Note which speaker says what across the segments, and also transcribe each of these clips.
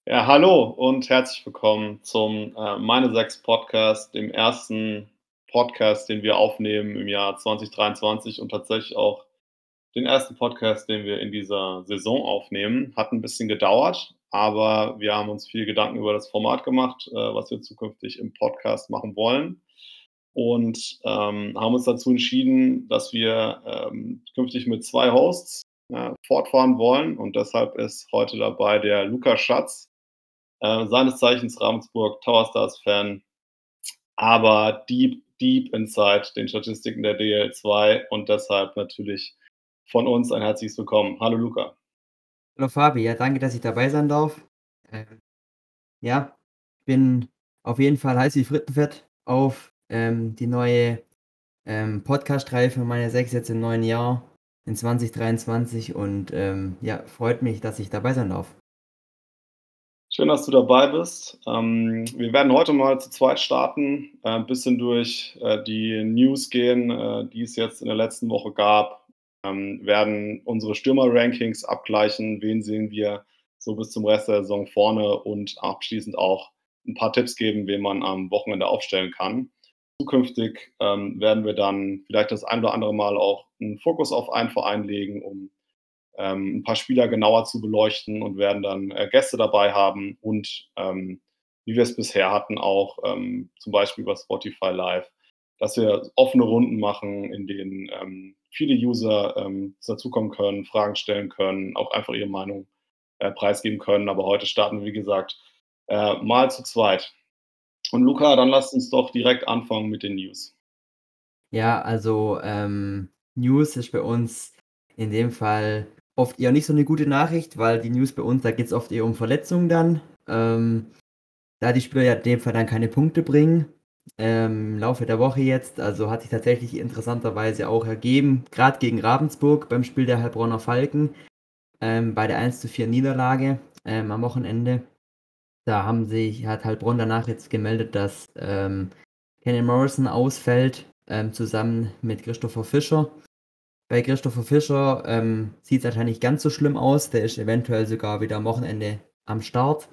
Speaker 1: Ja, hallo und herzlich willkommen zum Meine 6 Podcast, dem ersten Podcast, den wir aufnehmen im Jahr 2023 und tatsächlich auch den ersten Podcast, den wir in dieser Saison aufnehmen. Hat ein bisschen gedauert, aber wir haben uns viel Gedanken über das Format gemacht, was wir zukünftig im Podcast machen wollen und haben uns dazu entschieden, dass wir künftig mit 2 Hosts fortfahren wollen, und deshalb ist heute dabei der Lukas Schatz, seines Zeichens Ravensburg Tower Stars-Fan, aber deep inside den Statistiken der DL2, und deshalb natürlich von uns ein herzliches Willkommen. Hallo Luca.
Speaker 2: Hallo Fabi, ja, danke, dass ich dabei sein darf. Ähm, ja, bin auf jeden Fall heiß wie Frittenfett auf die neue Podcast-Reihe für meine 6 jetzt im neuen Jahr in 2023 und ja, freut mich, dass ich dabei sein darf.
Speaker 1: Schön, dass du dabei bist. Wir werden heute mal zu zweit starten, ein bisschen durch die News gehen, die es jetzt in der letzten Woche gab, werden unsere Stürmer-Rankings abgleichen, wen sehen wir so bis zum Rest der Saison vorne, und abschließend auch ein paar Tipps geben, wen man am Wochenende aufstellen kann. Zukünftig werden wir dann vielleicht das ein oder andere Mal auch einen Fokus auf einen Verein legen, um ein paar Spieler genauer zu beleuchten, und werden dann Gäste dabei haben und wie wir es bisher hatten, auch zum Beispiel über Spotify Live, dass wir offene Runden machen, in denen viele User dazukommen können, Fragen stellen können, auch einfach ihre Meinung preisgeben können. Aber heute starten wir, wie gesagt, mal zu zweit. Und Luca, dann lasst uns doch direkt anfangen mit den News.
Speaker 2: Ja, also News ist bei uns in dem Fall oft eher nicht so eine gute Nachricht, weil die News bei uns, da geht es oft eher um Verletzungen dann. Da die Spieler ja in dem Fall dann keine Punkte bringen, im Laufe der Woche jetzt, also hat sich tatsächlich interessanterweise auch ergeben, gerade gegen Ravensburg beim Spiel der Heilbronner Falken, bei der 1:4 Niederlage am Wochenende. Da hat Heilbronn danach jetzt gemeldet, dass Kenny Morrison ausfällt, zusammen mit Christopher Fischer. Bei Christopher Fischer sieht es anscheinend nicht ganz so schlimm aus, der ist eventuell sogar wieder am Wochenende am Start.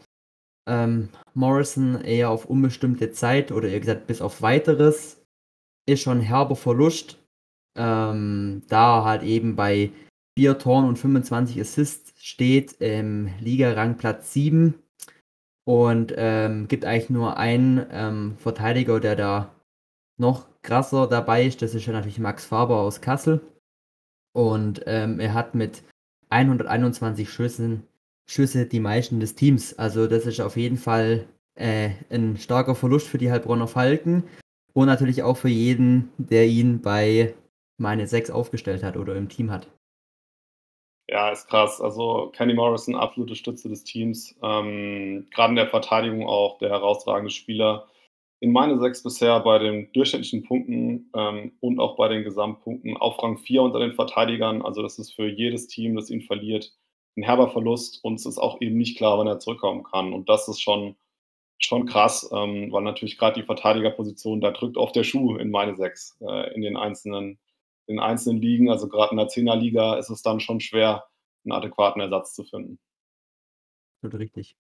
Speaker 2: Morrison eher auf unbestimmte Zeit oder eher gesagt bis auf Weiteres. Ist schon 'n herber Verlust, da er halt eben bei 4 Toren und 25 Assists steht, im Ligarang Platz 7 und gibt eigentlich nur einen Verteidiger, der da noch krasser dabei ist. Das ist ja natürlich Max Faber aus Kassel. Und er hat mit 121 Schüsse die meisten des Teams. Also das ist auf jeden Fall 'n starker Verlust für die Heilbronner Falken und natürlich auch für jeden, der ihn bei meine 6 aufgestellt hat oder im Team hat.
Speaker 1: Ja, ist krass. Also Kenny Morrison, absolute Stütze des Teams. Gerade in der Verteidigung auch der herausragende Spieler. In meine 6 bisher bei den durchschnittlichen Punkten und auch bei den Gesamtpunkten auf Rang 4 unter den Verteidigern. Also das ist für jedes Team, das ihn verliert, ein herber Verlust, und es ist auch eben nicht klar, wann er zurückkommen kann. Und das ist schon krass, weil natürlich gerade die Verteidigerposition, da drückt oft der Schuh in meine 6 in den einzelnen Ligen. Also gerade in der Zehnerliga ist es dann schon schwer, einen adäquaten Ersatz zu finden.
Speaker 2: Absolut richtig.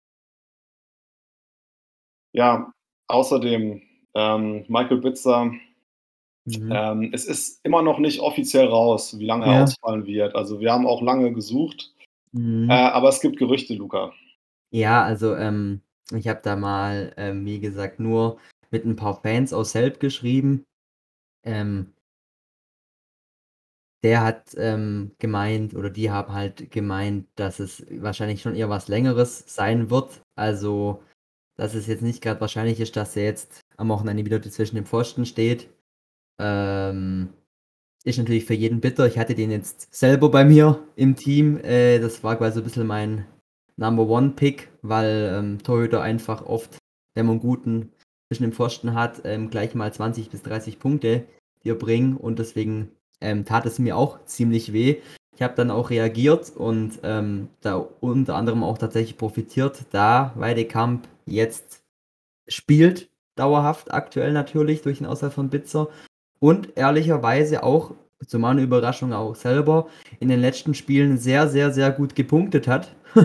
Speaker 1: Ja, außerdem, Michael Bitzer,
Speaker 2: Mhm.
Speaker 1: es ist immer noch nicht offiziell raus, wie lange er
Speaker 2: Ja.
Speaker 1: ausfallen wird. Also, wir haben auch lange gesucht,
Speaker 2: Mhm.
Speaker 1: aber es gibt Gerüchte, Luca.
Speaker 2: Ja, also ich habe da mal, wie gesagt, nur mit 'n paar Fans aus Selb geschrieben. Ähm, Der hat gemeint oder die haben halt gemeint, dass es wahrscheinlich schon eher was Längeres sein wird. Also, dass es jetzt nicht grad wahrscheinlich ist, dass er jetzt am Wochenende wieder zwischen den Pfosten steht. Ähm, Ist natürlich für jeden bitter. Ich hatte den jetzt selber bei mir im Team. Das war quasi so 'n bisschen mein Number One Pick, weil Torhüter einfach oft, wenn man 'n guten zwischen den Pfosten hat, gleich mal 20 bis 30 Punkte dir bringen und deswegen tat es mir auch ziemlich weh. Ich habe dann auch reagiert und da unter anderem auch tatsächlich profitiert, da Weidekamp jetzt spielt, dauerhaft aktuell natürlich durch den Ausfall von Bitzer und ehrlicherweise auch, zu meiner Überraschung auch selber, in den letzten Spielen sehr, sehr, sehr gut gepunktet hat.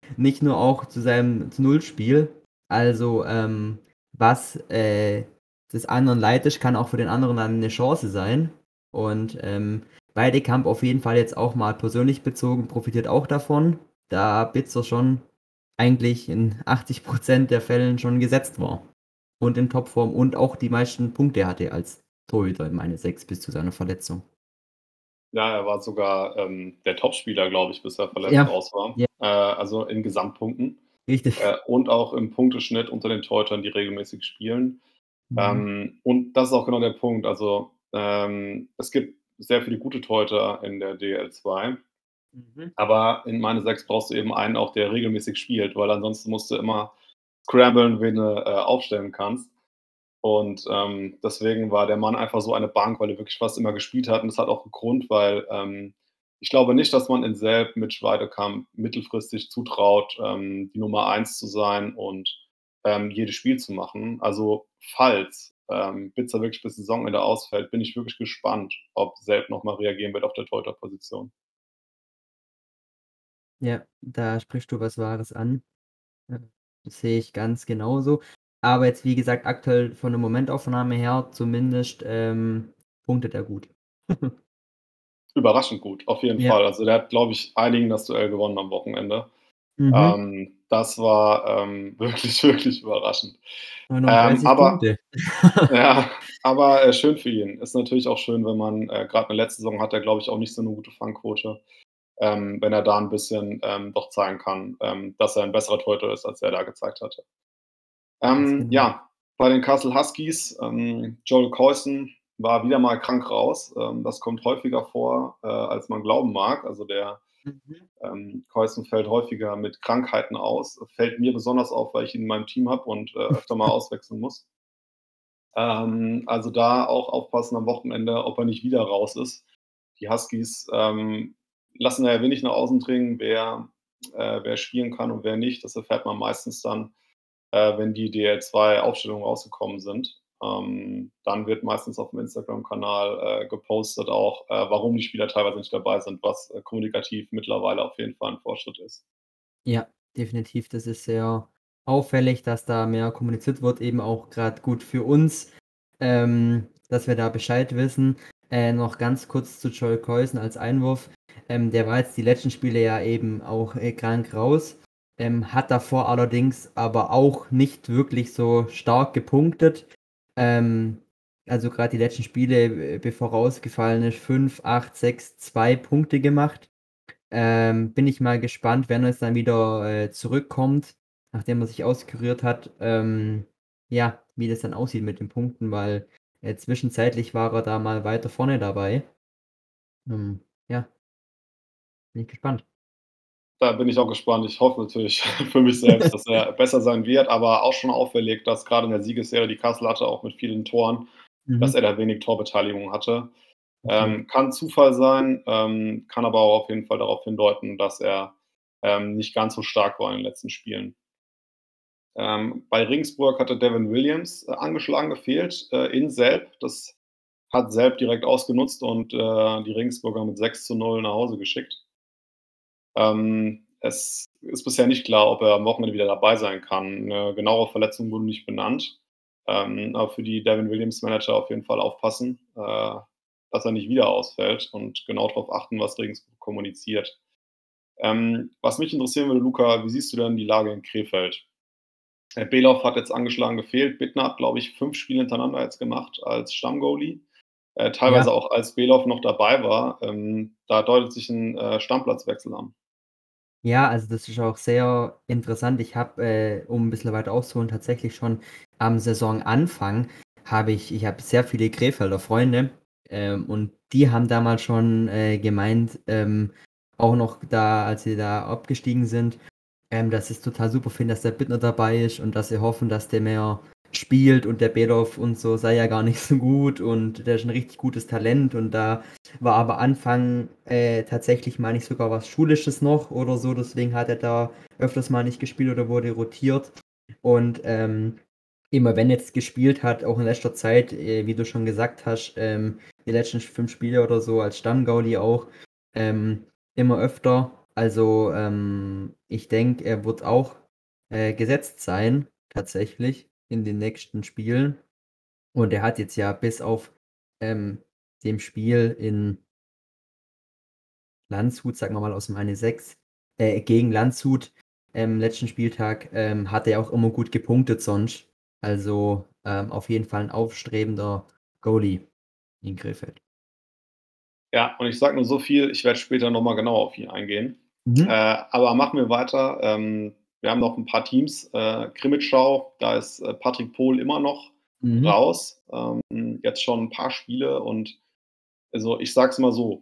Speaker 2: nicht nur auch zu seinem zu Null-Spiel. Also, was des anderen leid ist, kann auch für den anderen dann eine Chance sein. Und Weidekamp auf jeden Fall jetzt auch mal persönlich bezogen profitiert auch davon, da Bitzer schon eigentlich in 80% der Fällen schon gesetzt war und in Topform und auch die meisten Punkte hatte als Torhüter, ich meine 6 bis zu seiner Verletzung.
Speaker 1: Ja, er war sogar, der Topspieler, glaube ich, bis er verletzt
Speaker 2: Ja,
Speaker 1: raus war,
Speaker 2: ja,
Speaker 1: also in Gesamtpunkten,
Speaker 2: richtig.
Speaker 1: und auch im Punkteschnitt unter den Torhütern, die regelmäßig spielen.
Speaker 2: Mhm.
Speaker 1: Und das ist auch genau der Punkt. Also, es gibt sehr viele gute Torhüter in der DL2,
Speaker 2: Mhm.
Speaker 1: aber in meine 6 brauchst du eben einen auch, der regelmäßig spielt, weil ansonsten musst du immer scramblen, wen du, aufstellen kannst. Und, deswegen war der Mann einfach so eine Bank, weil er wirklich fast immer gespielt hat. Und das hat auch 'n Grund, weil, ich glaube nicht, dass man in Selb mit Schweidekamp mittelfristig zutraut, die Nummer 1 zu sein und, jedes Spiel zu machen. Also, falls, Bitzer wirklich bis Saisonende ausfällt, bin ich wirklich gespannt, ob Selb noch mal reagieren wird auf der Torhüterposition.
Speaker 2: Ja, da sprichst du was Wahres an. Ja, das sehe ich ganz genauso. Aber jetzt, wie gesagt, aktuell von der Momentaufnahme her zumindest, punktet er gut.
Speaker 1: Überraschend gut, auf jeden
Speaker 2: Ja.
Speaker 1: Fall. Also, der hat, glaube ich, einigen das Duell gewonnen am Wochenende.
Speaker 2: Mhm.
Speaker 1: Das war, wirklich, wirklich überraschend.
Speaker 2: 39
Speaker 1: Aber
Speaker 2: Punkte.
Speaker 1: ja, aber, schön für ihn. Ist natürlich auch schön, wenn man grad in der letzten Saison hat er, glaube ich, auch nicht so 'ne gute Fangquote, wenn er da 'n bisschen, doch zeigen kann, dass er 'n besserer Torhüter ist, als er da gezeigt hatte.
Speaker 2: Ganz genau.
Speaker 1: Ja, bei den Kassel Huskies, Joel Coyson war wieder mal krank raus. Das kommt häufiger vor, als man glauben mag. Also, der,
Speaker 2: Mhm.
Speaker 1: Coyson fällt häufiger mit Krankheiten aus. Fällt mir besonders auf, weil ich ihn in meinem Team habe und, öfter mal auswechseln muss. Also, da auch aufpassen am Wochenende, ob er nicht wieder raus ist. Die Huskies, lassen da ja wenig nach außen dringen, wer spielen kann und wer nicht. Das erfährt man meistens dann, wenn die DL2-Aufstellungen rausgekommen sind. Dann wird meistens auf dem Instagram-Kanal, gepostet auch, warum die Spieler teilweise nicht dabei sind, was, kommunikativ mittlerweile auf jeden Fall ein Fortschritt ist.
Speaker 2: Ja, definitiv. Das ist sehr auffällig, dass da mehr kommuniziert wird, eben auch gerade gut für uns, dass wir da Bescheid wissen. Noch ganz kurz zu Joel Coyson als Einwurf. Der war jetzt die letzten Spiele ja eben auch, krank raus, hat davor allerdings aber auch nicht wirklich so stark gepunktet. Ähm, also gerade die letzten Spiele, bevor er ausgefallen ist, 5, 8, 6, 2 Punkte gemacht. Bin ich mal gespannt, wenn er jetzt dann wieder, zurückkommt, nachdem er sich auskuriert hat, ja, wie das dann aussieht mit den Punkten, weil, zwischenzeitlich war er da mal weiter vorne dabei. Ja, bin ich gespannt.
Speaker 1: Da bin ich auch gespannt. Ich hoffe natürlich für mich selbst, dass er besser sein wird, aber auch schon auffällig, dass grade in der Siegesserie, die Kassel hatte, auch mit vielen Toren, dass
Speaker 2: Mhm,
Speaker 1: er da wenig Torbeteiligung hatte.
Speaker 2: absolut.
Speaker 1: Kann Zufall sein, kann aber auch auf jeden Fall darauf hindeuten, dass er, nicht ganz so stark war in den letzten Spielen. Bei Regensburg hatte Devin Williams, angeschlagen gefehlt, in Selb. Das hat Selb direkt ausgenutzt und, die Regensburger mit 6:0 nach Hause geschickt. Es ist bisher nicht klar, ob er am Wochenende wieder dabei sein kann. 'Ne genauere Verletzung wurde nicht benannt. Aber für die Devin Williams Manager auf jeden Fall aufpassen, dass er nicht wieder ausfällt und genau darauf achten, was Regensburg kommuniziert. Was mich interessieren würde, Luca, wie siehst du denn die Lage in Krefeld? Beloff hat jetzt angeschlagen gefehlt. Bittner hat, glaube ich, 5 Spiele hintereinander jetzt gemacht als Stammgoalie,
Speaker 2: Ja.
Speaker 1: teilweise auch als Beloff noch dabei war. Da deutet sich 'n, Stammplatzwechsel an.
Speaker 2: Ja, also das ist auch sehr interessant. Ich habe, um ein bisschen weiter auszuholen, tatsächlich schon am Saisonanfang ich habe sehr viele Krefelder Freunde, und die haben damals schon, gemeint, auch noch da als sie da abgestiegen sind, dass sie's total super finden, dass der Bittner dabei ist und dass sie hoffen, dass der mehr spielt und der Bedoff und so sei ja gar nicht so gut und der ist 'n richtig gutes Talent und da war aber Anfang, tatsächlich meine ich sogar was Schulisches noch oder so, deswegen hat er da öfters mal nicht gespielt oder wurde rotiert. Und, immer wenn jetzt gespielt hat, auch in letzter Zeit, wie du schon gesagt hast, die letzten 5 Spiele oder so als Stammgoalie auch, immer öfter. Also, ich denke, er wird auch, gesetzt sein, tatsächlich, in den nächsten Spielen. Und er hat jetzt ja bis auf, dem Spiel in Landshut, sagen wir mal, aus meine 6 gegen Landshut, letzten Spieltag, hat er auch immer gut gepunktet sonst. Also, auf jeden Fall 'n aufstrebender Goalie in Krefeld.
Speaker 1: Ja, und ich sage nur so viel, ich werde später noch mal genauer auf ihn eingehen.
Speaker 2: Mhm.
Speaker 1: Aber machen wir weiter. Wir haben noch ein paar Teams. Krimitschau, da ist, Patrick Pohl immer noch
Speaker 2: Mhm.
Speaker 1: raus. Jetzt schon ein paar Spiele und also, ich sage es mal so,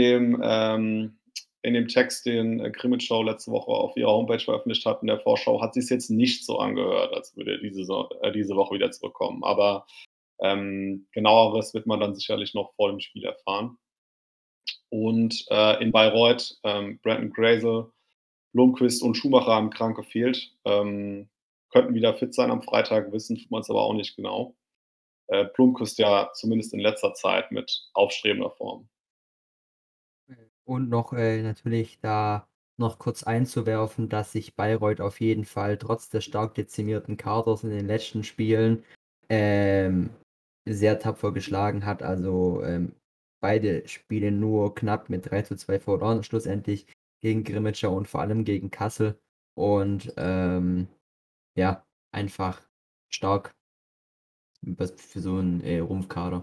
Speaker 1: in dem Text, den, Krimitschau letzte Woche auf ihrer Homepage veröffentlicht hat in der Vorschau, hat sich's jetzt nicht so angehört, als würde er diese Woche wieder zurückkommen. Aber, Genaueres wird man dann sicherlich noch vor dem Spiel erfahren. Und, in Bayreuth, Brandon Grazl, Blomqvist und Schumacher haben krank gefehlt. Könnten wieder fit sein am Freitag, wissen tut man's aber auch nicht genau. Blomqvist ja zumindest in letzter Zeit mit aufstrebender Form.
Speaker 2: Und noch, natürlich da noch kurz einzuwerfen, dass sich Bayreuth auf jeden Fall trotz des stark dezimierten Kaders in den letzten Spielen, ähm, sehr tapfer geschlagen hat. Also, beide Spiele nur knapp mit 3:2 verloren, schlussendlich gegen Grimmitschau und vor allem gegen Kassel. Und, ja, einfach stark was für so 'n, Rumpfkader.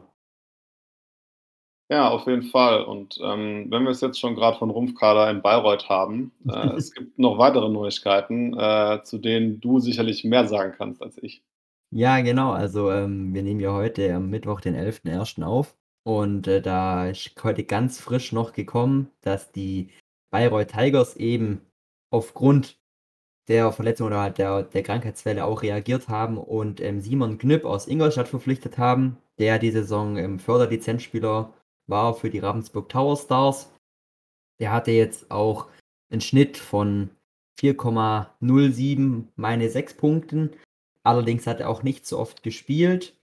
Speaker 1: Ja, auf jeden Fall. Und, wenn wir es jetzt schon gerade von Rumpfkader in Bayreuth haben, es gibt noch weitere Neuigkeiten, zu denen du sicherlich mehr sagen kannst als ich.
Speaker 2: Ja, genau. Also, wir nehmen ja heute am Mittwoch, den 11.01. auf und, da ist heute ganz frisch noch gekommen, dass die Bayreuth Tigers eben aufgrund der Verletzung oder halt der Krankheitswelle auch reagiert haben und, Simon Knüpp aus Ingolstadt verpflichtet haben, der die Saison, Förderlizenzspieler war für die Ravensburg Tower Stars. Der hatte jetzt auch 'n Schnitt von 4,07, meine 6 Punkten. Allerdings hat er auch nicht so oft gespielt,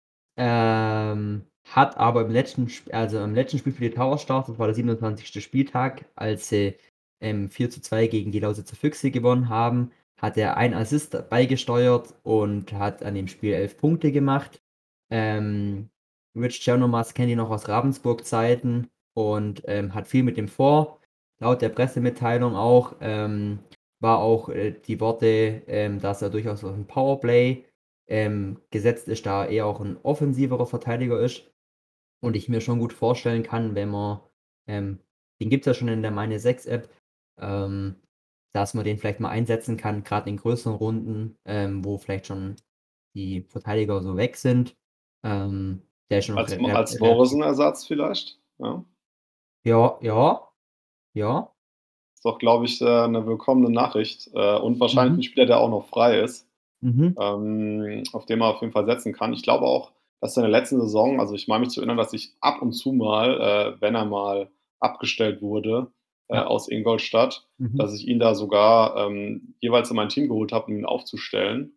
Speaker 2: hat aber im letzten Spiel für die Tower Stars, das war der 27. Spieltag, als sie, 4:2 gegen die Lausitzer Füchse gewonnen haben, hat er ein Assist beigesteuert und hat an dem Spiel 11 Punkte gemacht. Ähm, Rich Chernomas kennt ihn noch aus Ravensburg-Zeiten und, hat viel mit dem vor. Laut der Pressemitteilung auch, war auch, die Worte, dass er durchaus aufm Powerplay, gesetzt ist, da er eher auch 'n offensiverer Verteidiger ist und ich mir schon gut vorstellen kann, wenn man ähm, den gibt's ja schon in der Meine 6 App, ähm, dass man den vielleicht mal einsetzen kann, grad in größeren Runden, wo vielleicht schon die Verteidiger so weg sind. Der ist schon noch
Speaker 1: Als
Speaker 2: relativ.
Speaker 1: Morrison-Ersatz vielleicht, ja?
Speaker 2: Ja, ja, ja.
Speaker 1: Ist doch, glaube ich, 'ne willkommene Nachricht, und wahrscheinlich
Speaker 2: Mhm,
Speaker 1: 'n Spieler, der auch noch frei ist,
Speaker 2: mhm,
Speaker 1: auf den man auf jeden Fall setzen kann. Ich glaube auch, dass er in der letzten Saison also, ich meine mich zu erinnern, dass ich ab und zu mal, wenn er mal abgestellt wurde,
Speaker 2: ja,
Speaker 1: aus Ingolstadt,
Speaker 2: mhm.
Speaker 1: dass ich ihn da sogar, jeweils in mein Team geholt habe, um ihn aufzustellen,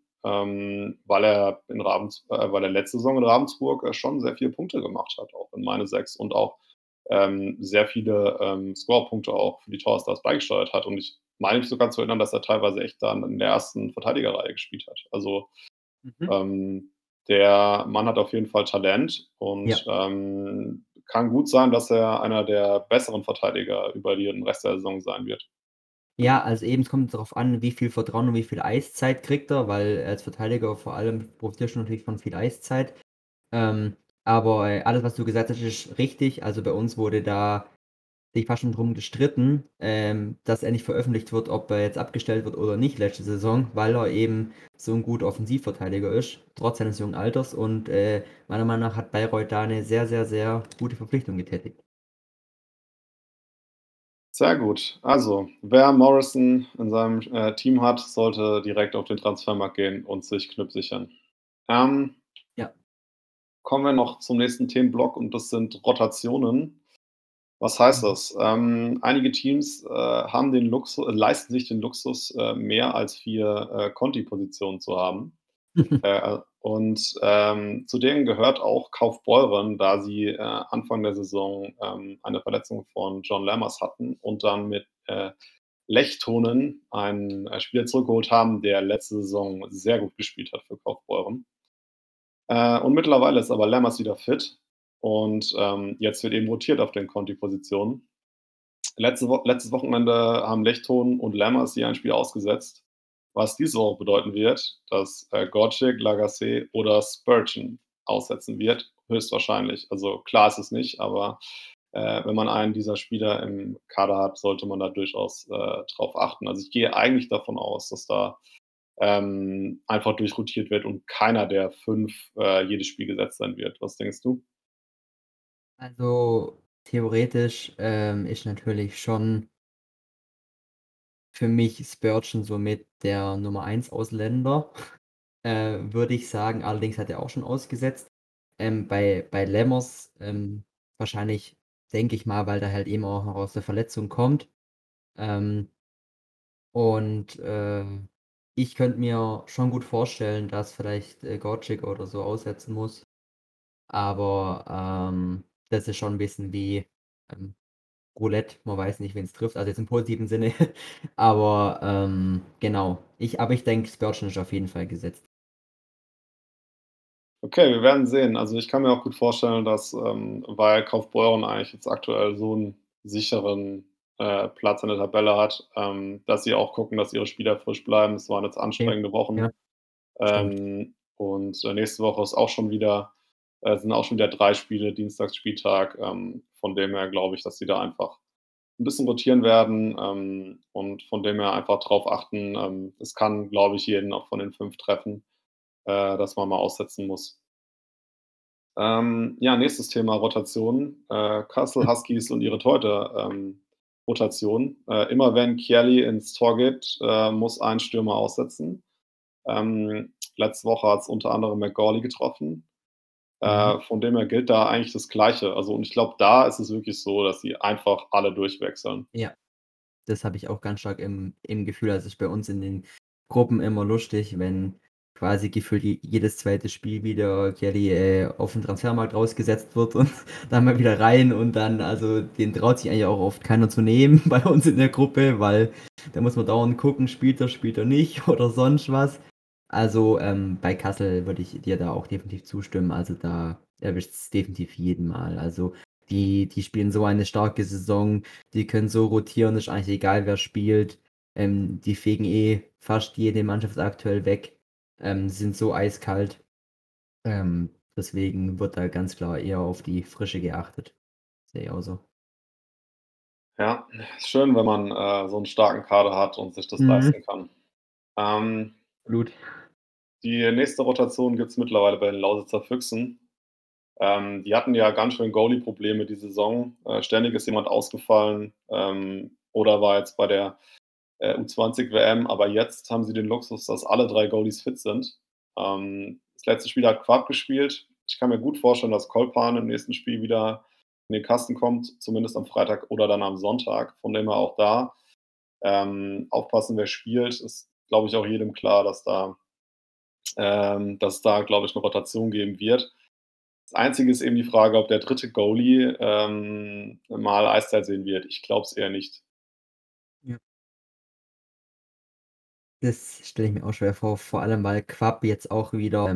Speaker 1: weil er letzte Saison in Ravensburg, schon sehr viele Punkte gemacht hat, auch in meine 6 und auch, sehr viele, Scorerpunkte auch für die Tower Stars beigesteuert hat. Und ich meine mich sogar zu erinnern, dass er teilweise echt dann in der ersten Verteidigerreihe gespielt hat. Also,
Speaker 2: Mhm.
Speaker 1: ähm, der Mann hat auf jeden Fall Talent und,
Speaker 2: Ja.
Speaker 1: kann gut sein, dass er einer der besseren Verteidiger über den Rest der Saison sein wird.
Speaker 2: Ja, also eben, es kommt darauf an, wie viel Vertrauen und wie viel Eiszeit kriegt er, weil als Verteidiger vor allem profitierst du natürlich von viel Eiszeit. Aber, alles, was du gesagt hast, ist richtig. Also, bei uns wurde da sich fast schon drum gestritten, dass er nicht veröffentlicht wird, ob er jetzt abgestellt wird oder nicht letzte Saison, weil er eben so 'n guter Offensivverteidiger ist, trotz seines jungen Alters und, meiner Meinung nach hat Bayreuth da 'ne sehr, sehr, sehr gute Verpflichtung getätigt.
Speaker 1: Sehr gut. Also, wer Morrison in seinem, Team hat, sollte direkt auf den Transfermarkt gehen und sich Knüpp sichern. Ähm,
Speaker 2: Ja.
Speaker 1: Kommen wir noch zum nächsten Themenblock und das sind Rotationen. Was heißt
Speaker 2: Mhm.
Speaker 1: das? Einige Teams, haben den leisten sich den Luxus, mehr als 4, Conti-Positionen zu haben. Und, zu denen gehört auch Kaufbeuren, da sie, Anfang der Saison, eine Verletzung von John Lammers hatten und dann mit, Lechtonen einen Spieler zurückgeholt haben, der letzte Saison sehr gut gespielt hat für Kaufbeuren. Und mittlerweile ist aber Lammers wieder fit und, jetzt wird eben rotiert auf den Conti-Positionen. Letztes Wochenende haben Lechton und Lammers je ein Spiel ausgesetzt, was diese Woche bedeuten wird, dass, Gotchick, Lagacé oder Spurgeon aussetzen wird, höchstwahrscheinlich. Also, klar ist es nicht, aber, wenn man einen dieser Spieler im Kader hat, sollte man da durchaus, drauf achten. Also, ich gehe eigentlich davon aus, dass da, einfach durchrotiert wird und keiner der 5 jedes Spiel gesetzt sein wird. Was denkst du?
Speaker 2: Also, theoretisch, ist natürlich schon für mich Spurgeon somit der Nummer 1 Ausländer, würde ich sagen. Allerdings hat er auch schon ausgesetzt. Bei Lammers, wahrscheinlich, denke ich mal, weil der halt eben auch noch aus der Verletzung kommt. Ähm, und ich könnte mir schon gut vorstellen, dass vielleicht, Gotchic oder so aussetzen muss. Aber, das ist schon 'n bisschen wie, ähm, Roulette. Man weiß nicht, wen's trifft, also jetzt im positiven Sinne. Aber, genau. Ich denke, Spurgeon ist auf jeden Fall gesetzt.
Speaker 1: Okay, wir werden sehen. Also, ich kann mir auch gut vorstellen, dass, weil Kaufbeuren eigentlich jetzt aktuell so 'n sicheren, Platz in der Tabelle hat, dass sie auch gucken, dass ihre Spieler frisch bleiben. Es waren jetzt
Speaker 2: Okay.
Speaker 1: anstrengende Wochen.
Speaker 2: Ja, stimmt.
Speaker 1: Und, nächste Woche ist auch schon wieder sind auch schon wieder 3 Spiele, Dienstagsspieltag. Von dem her glaube ich, dass sie da einfach 'n bisschen rotieren werden, und von dem her einfach drauf achten. Es kann, glaube ich, jeden auch von den 5 treffen, dass man mal aussetzen muss. Ja, nächstes Thema Rotation. Kassel Huskies und ihre Torhüter, Rotation. Immer wenn Kjærli ins Tor geht, muss ein Stürmer aussetzen. Letzte Woche hat's unter anderem McGauley getroffen.
Speaker 2: Mhm.
Speaker 1: Von dem her gilt da eigentlich das Gleiche. Also, und ich glaube, da ist es wirklich so, dass sie einfach alle durchwechseln.
Speaker 2: Ja, das habe ich auch ganz stark im Gefühl. Also, ist bei uns in den Gruppen immer lustig, wenn quasi gefühlt jedes zweite Spiel wieder Kelly, auf den Transfermarkt rausgesetzt wird und dann mal wieder rein und dann, also, den traut sich eigentlich auch oft keiner zu nehmen bei uns in der Gruppe, weil da muss man dauernd gucken, spielt er nicht oder sonst was. Also, bei Kassel würde ich dir da auch definitiv zustimmen. Also, da erwischt's definitiv jeden Mal. Also, die spielen so eine starke Saison, die können so rotieren, ist eigentlich egal, wer spielt. Die fegen fast jede Mannschaft aktuell weg, sind so eiskalt. Deswegen wird da ganz klar eher auf die Frische geachtet. Sehe ich auch so.
Speaker 1: Ja, ist schön, wenn man, so 'n starken Kader hat und sich das
Speaker 2: Mhm.
Speaker 1: leisten kann. Ähm,
Speaker 2: Absolut.
Speaker 1: die nächste Rotation gibt's mittlerweile bei den Lausitzer Füchsen. Die hatten ja ganz schön Goalie-Probleme die Saison. Ständig ist jemand ausgefallen, oder war jetzt bei der, U20 WM, aber jetzt haben sie den Luxus, dass alle 3 Goalies fit sind. Das letzte Spiel hat Quapp gespielt. Ich kann mir gut vorstellen, dass Kolpan im nächsten Spiel wieder in den Kasten kommt, zumindest am Freitag oder dann am Sonntag. Von dem her auch da, aufpassen, wer spielt. Ist, glaube ich, auch jedem klar, dass es da, glaube ich, 'ne Rotation geben wird. Das Einzige ist eben die Frage, ob der dritte Goalie, mal Eiszeit sehen wird. Ich glaube es eher nicht.
Speaker 2: Ja. Das stelle ich mir auch schwer vor, vor allem, weil Quapp jetzt auch wieder,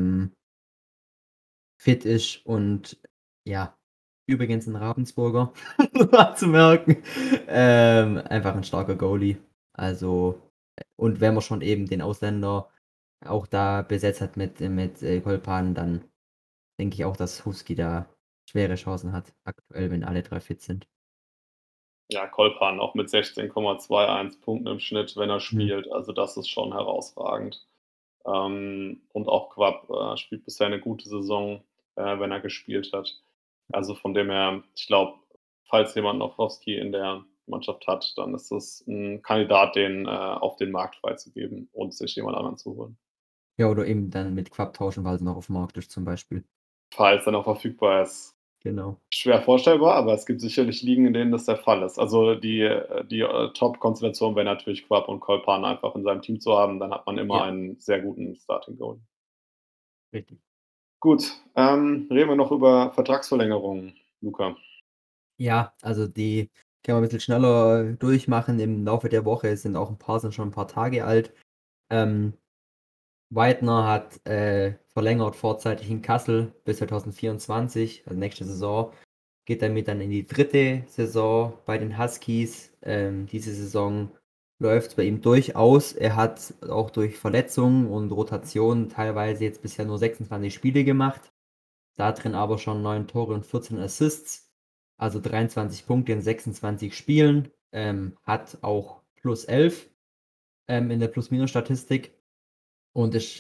Speaker 2: fit ist und ja, übrigens 'n Ravensburger, nur zu merken. Einfach 'n starker Goalie. Also, und wenn man schon eben den Ausländer auch da besetzt hat mit Kolpan, dann denke ich auch, dass Husky da schwere Chancen hat, aktuell, wenn alle 3 fit sind.
Speaker 1: Ja, Kolpan auch mit 16,21 Punkten im Schnitt, wenn er
Speaker 2: Mhm.
Speaker 1: spielt. Also, das ist schon herausragend. Und auch Quapp, spielt bisher 'ne gute Saison, wenn er gespielt hat. Also, von dem her, ich glaube, falls jemand noch Rowski in der Mannschaft hat, dann ist das 'n Kandidat, den, auf den Markt freizugeben und sich jemand anderen zu holen.
Speaker 2: Ja, oder eben dann mit Quapp tauschen, weil sie noch aufm Markt ist zum Beispiel.
Speaker 1: Falls er noch verfügbar ist.
Speaker 2: Genau.
Speaker 1: Schwer vorstellbar, aber es gibt sicherlich Ligen, in denen das der Fall ist. Also, die Top-Konstellation wäre natürlich Quapp und Kolpan einfach in seinem Team zu haben, dann hat man immer
Speaker 2: Ja,
Speaker 1: einen sehr guten Starting Goalie.
Speaker 2: richtig.
Speaker 1: Gut, reden wir noch über Vertragsverlängerungen, Luca.
Speaker 2: Ja, also die kann man ein bisschen schneller durchmachen im Laufe der Woche. Es sind auch ein paar sind schon ein paar Tage alt. Ähm, Weidner hat, verlängert vorzeitig in Kassel bis 2024, also nächste Saison. Geht damit dann in die dritte Saison bei den Huskies. Diese Saison läuft's bei ihm durchaus. Er hat auch durch Verletzungen und Rotationen teilweise jetzt bisher nur 26 Spiele gemacht. Da drin aber schon 9 Tore und 14 Assists, also 23 Punkte in 26 Spielen. Hat auch +11, in der Plus-Minus-Statistik und ist,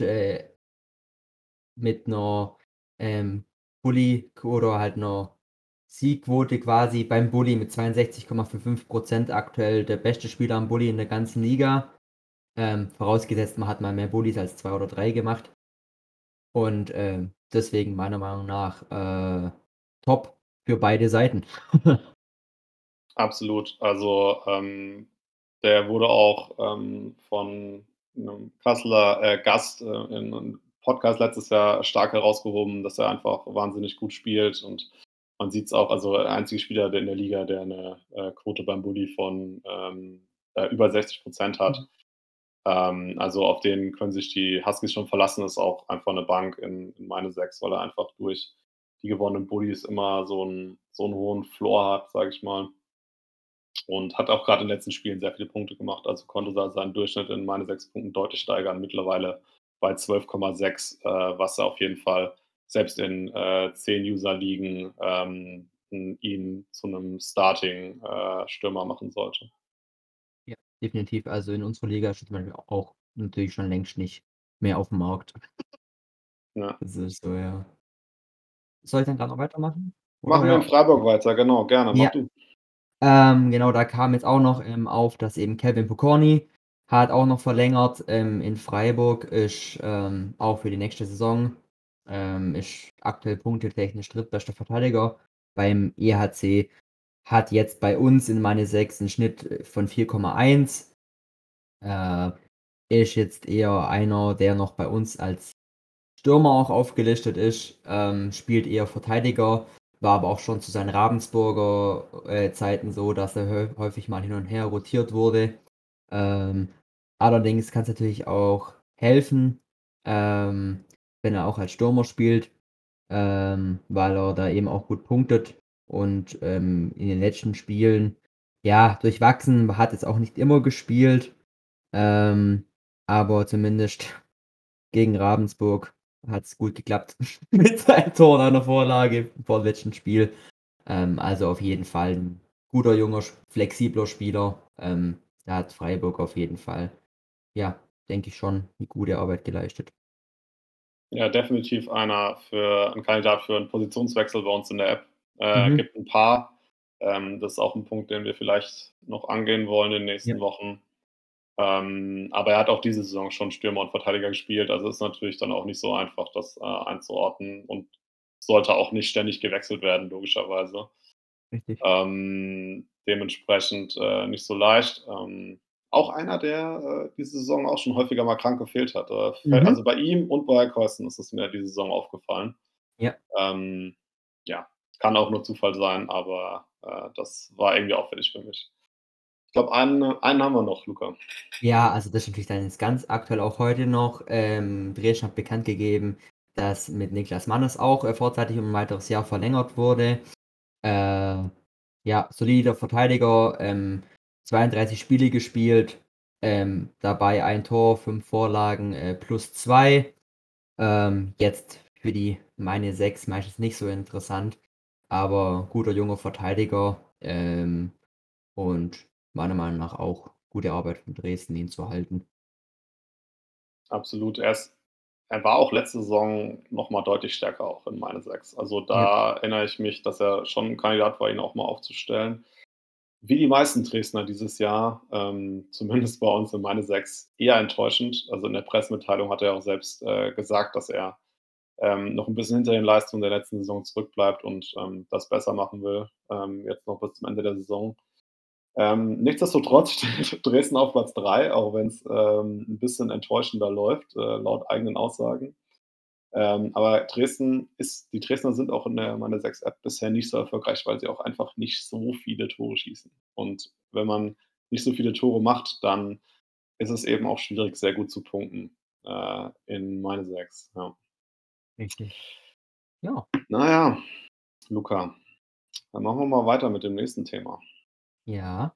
Speaker 2: mit 'ner, Bully oder halt 'ner Siegquote quasi beim Bully mit 62,55 aktuell der beste Spieler am Bully in der ganzen Liga. Vorausgesetzt, man hat mal mehr Bullys als 2 oder 3 gemacht und, deswegen meiner Meinung nach, top für beide Seiten.
Speaker 1: Absolut. Also, der wurde auch, von 'nem Kasseler, Gast, in 'nem Podcast letztes Jahr stark herausgehoben, dass er einfach wahnsinnig gut spielt und man sieht's auch, also der einzige Spieler der in der Liga, der 'ne, Quote beim Bully von, über 60 hat.
Speaker 2: Mhm.
Speaker 1: Also auf den können sich die Huskies schon verlassen, ist auch einfach 'ne Bank in meine 6, weil er einfach durch die gewonnenen Bullies immer so 'n hohen Floor hat, sage ich mal. Und hat auch grad in den letzten Spielen sehr viele Punkte gemacht, also konnte da seinen Durchschnitt in meine 6 Punkten deutlich steigern, mittlerweile bei 12,6, was auf jeden Fall selbst in, 10 User-Ligen, ihn zu 'nem Starting, Stürmer machen sollte.
Speaker 2: Ja, definitiv. Also, in unserer Liga steht zum Beispiel auch natürlich schon längst nicht mehr aufm Markt.
Speaker 1: Ja.
Speaker 2: Das ist so, ja. Soll ich dann grad noch weitermachen? Oder
Speaker 1: Machen wir in
Speaker 2: ja?
Speaker 1: Freiburg weiter, genau, gerne, mach
Speaker 2: Ja.
Speaker 1: du.
Speaker 2: Genau, da kam jetzt auch noch, auf, dass eben Kevin Pokorny hat auch noch verlängert, in Freiburg, ist, auch für die nächste Saison, ist aktuell punktetechnisch drittbester Verteidiger beim EHC, hat jetzt bei uns in meine 6 'n Schnitt, von 4,1. Äh, Ist jetzt eher einer, der noch bei uns als Stürmer auch aufgelistet ist, spielt eher Verteidiger, war aber auch schon zu seinen Ravensburger, Zeiten so, dass er häufig mal hin und her rotiert wurde. Ähm, Allerdings kann's natürlich auch helfen, ähm, wenn er auch als Stürmer spielt, weil er da eben auch gut punktet und, in den letzten Spielen, ja, durchwachsen, hat jetzt auch nicht immer gespielt, ähm, aber zumindest gegen Ravensburg hat's gut geklappt mit seinem Tor und einer Vorlage im vorletzten Spiel. Also auf jeden Fall 'n guter, junger, flexibler Spieler. Da hat Freiburg auf jeden Fall, ja, denke ich schon, 'ne gute Arbeit geleistet.
Speaker 1: Ja, definitiv einer für 'n Kandidat für 'n Positionswechsel bei uns in der App.
Speaker 2: Mhm.
Speaker 1: Gibt 'n paar. Das ist auch 'n Punkt, den wir vielleicht noch angehen wollen in den
Speaker 2: Ja,
Speaker 1: nächsten Wochen. Aber er hat auch diese Saison schon Stürmer und Verteidiger gespielt, also ist natürlich dann auch nicht so einfach, das, einzuordnen und sollte auch nicht ständig gewechselt werden, logischerweise.
Speaker 2: richtig.
Speaker 1: Dementsprechend, nicht so leicht. Auch einer, der, diese Saison auch schon häufiger mal krank gefehlt hat. Fäll
Speaker 2: Mhm.
Speaker 1: also bei ihm und bei Carsten ist es mir diese Saison aufgefallen.
Speaker 2: Ja.
Speaker 1: Ähm, ja, kann auch nur Zufall sein, aber, das war irgendwie auffällig für mich. Ich glaube, einen haben wir noch, Luca.
Speaker 2: Ja, also das ist natürlich dann jetzt ganz aktuell auch heute noch, Dresden hat bekannt gegeben, dass mit Niklas Mannes auch, vorzeitig um 'n weiteres Jahr verlängert wurde. Äh, ja, solider Verteidiger, 32 Spiele gespielt, dabei ein Tor, 5 Vorlagen, +2. Jetzt für die meine 6 meistens nicht so interessant, aber guter junger Verteidiger, und meiner Meinung nach auch gute Arbeit von Dresden, ihn zu halten.
Speaker 1: Absolut. Er war auch letzte Saison noch mal deutlich stärker auch in meine 6. Also,
Speaker 2: Ja,
Speaker 1: da erinnere ich mich, dass er schon 'n Kandidat war, ihn auch mal aufzustellen. Wie die meisten Dresdner dieses Jahr, zumindest bei uns in meine 6, eher enttäuschend. Also, in der Pressemitteilung hat er auch selbst, gesagt, dass er, noch 'n bisschen hinter den Leistungen der letzten Saison zurückbleibt und, das besser machen will, jetzt noch bis zum Ende der Saison. Nichtsdestotrotz steht Dresden auf Platz 3, auch wenn's, 'n bisschen enttäuschender läuft, laut eigenen Aussagen. Aber die Dresdner sind auch in der Meine 6 App bisher nicht so erfolgreich, weil sie auch einfach nicht so viele Tore schießen. Und wenn man nicht so viele Tore macht, dann ist es eben auch schwierig, sehr gut zu punkten, in Meine 6, ja.
Speaker 2: Richtig. Ja.
Speaker 1: Na ja, Luca, dann machen wir mal weiter mit dem nächsten Thema.
Speaker 2: Ja.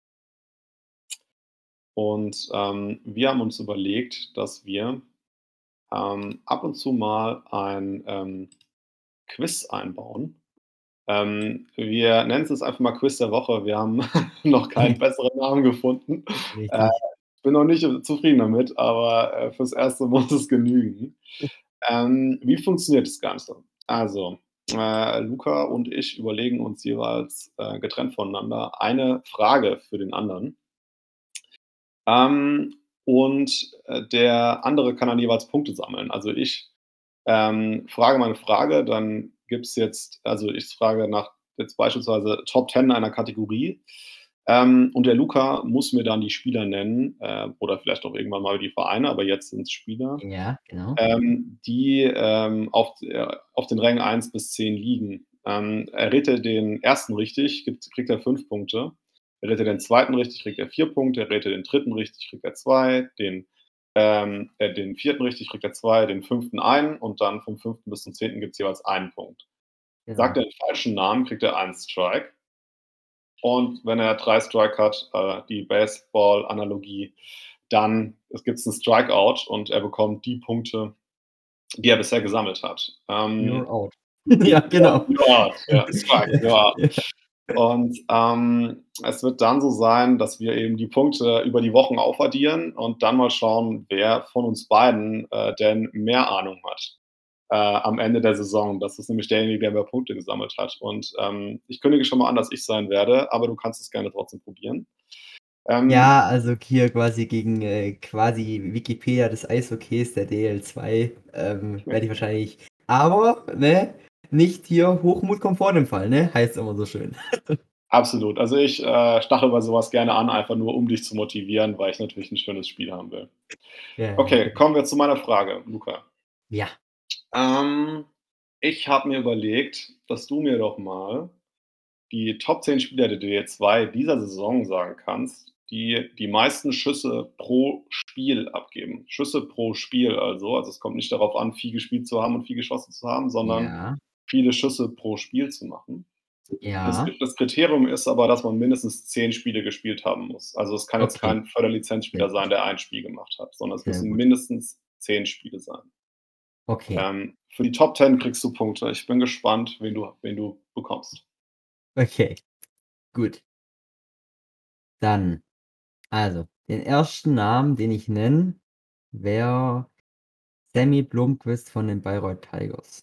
Speaker 1: Und, wir haben uns überlegt, dass wir, ab und zu mal ein, Quiz einbauen. Wir nennen es jetzt einfach mal Quiz der Woche. Wir haben noch keinen besseren Namen gefunden. Äh,
Speaker 2: Richtig.
Speaker 1: bin noch nicht zufrieden damit, aber, fürs Erste muss es genügen. Wie funktioniert das Ganze? Also, Luca und ich überlegen uns jeweils, getrennt voneinander eine Frage für den anderen. Und, der andere kann dann jeweils Punkte sammeln. Also, ich, frage meine Frage, dann gibt's jetzt also, ich frage nach jetzt beispielsweise Top 10 einer Kategorie, und der Luca muss mir dann die Spieler nennen, oder vielleicht auch irgendwann mal die Vereine, aber jetzt sind's Spieler,
Speaker 2: Ja, genau.
Speaker 1: die, auf den Rängen 1 bis 10 liegen. Errät er den ersten richtig, kriegt er 5 Punkte. Errät er den zweiten richtig, kriegt er 4 Punkte. Errät er den dritten richtig, kriegt er 2. Den vierten richtig, kriegt er 2. Den fünften einen. Und dann vom fünften bis zum zehnten gibt es jeweils einen Punkt. Sagt
Speaker 2: Genau.
Speaker 1: er den falschen Namen, kriegt er einen Strike. Und wenn er 3 Strike hat, die Baseball-Analogie, dann gibt es einen Strikeout und er bekommt die Punkte, die er bisher gesammelt hat.
Speaker 2: You're out. Ja,
Speaker 1: Ja,
Speaker 2: genau.
Speaker 1: ja, ja, Strike, ja.
Speaker 2: Ja.
Speaker 1: Und, es wird dann so sein, dass wir eben die Punkte über die Wochen aufaddieren und dann mal schauen, wer von uns beiden, denn mehr Ahnung hat, am Ende der Saison. Das ist nämlich derjenige, der mehr Punkte gesammelt hat. Und, ich kündige schon mal an, dass ich sein werde, aber du kannst es gerne trotzdem probieren. Ähm,
Speaker 2: Ja, also hier quasi gegen, quasi Wikipedia des Eishockeys, der DL2, werde ich wahrscheinlich aber, ne, nicht hier Hochmut kommt vor dem Fall, ne? Heißt immer so schön.
Speaker 1: absolut. Also, ich, stachel bei sowas gerne an, einfach nur, um dich zu motivieren, weil ich natürlich ein schönes Spiel haben will.
Speaker 2: Ja,
Speaker 1: Okay,
Speaker 2: natürlich.
Speaker 1: kommen wir zu meiner Frage, Luca.
Speaker 2: Ja,
Speaker 1: Ähm, ich habe mir überlegt, dass du mir doch mal die Top 10 Spieler der DL2 dieser Saison sagen kannst, die die meisten Schüsse pro Spiel abgeben. Schüsse pro Spiel also. Also, es kommt nicht darauf an, viel gespielt zu haben und viel geschossen zu haben, sondern
Speaker 2: ja,
Speaker 1: viele Schüsse pro Spiel zu machen.
Speaker 2: ja,
Speaker 1: Das Kriterium ist aber, dass man mindestens 10 Spiele gespielt haben muss. Also, es kann jetzt
Speaker 2: okay,
Speaker 1: kein
Speaker 2: sehr
Speaker 1: Förderlizenzspieler sein,
Speaker 2: gut,
Speaker 1: der ein Spiel gemacht hat, sondern es
Speaker 2: sehr
Speaker 1: müssen
Speaker 2: gut.
Speaker 1: mindestens 10 Spiele sein.
Speaker 2: Okay,
Speaker 1: Für die Top 10 kriegst du Punkte. Ich bin gespannt, wen du bekommst.
Speaker 2: okay, gut. Dann, also, den ersten Namen, den ich nenne, wäre Sammy Blomqvist von den Bayreuth Tigers.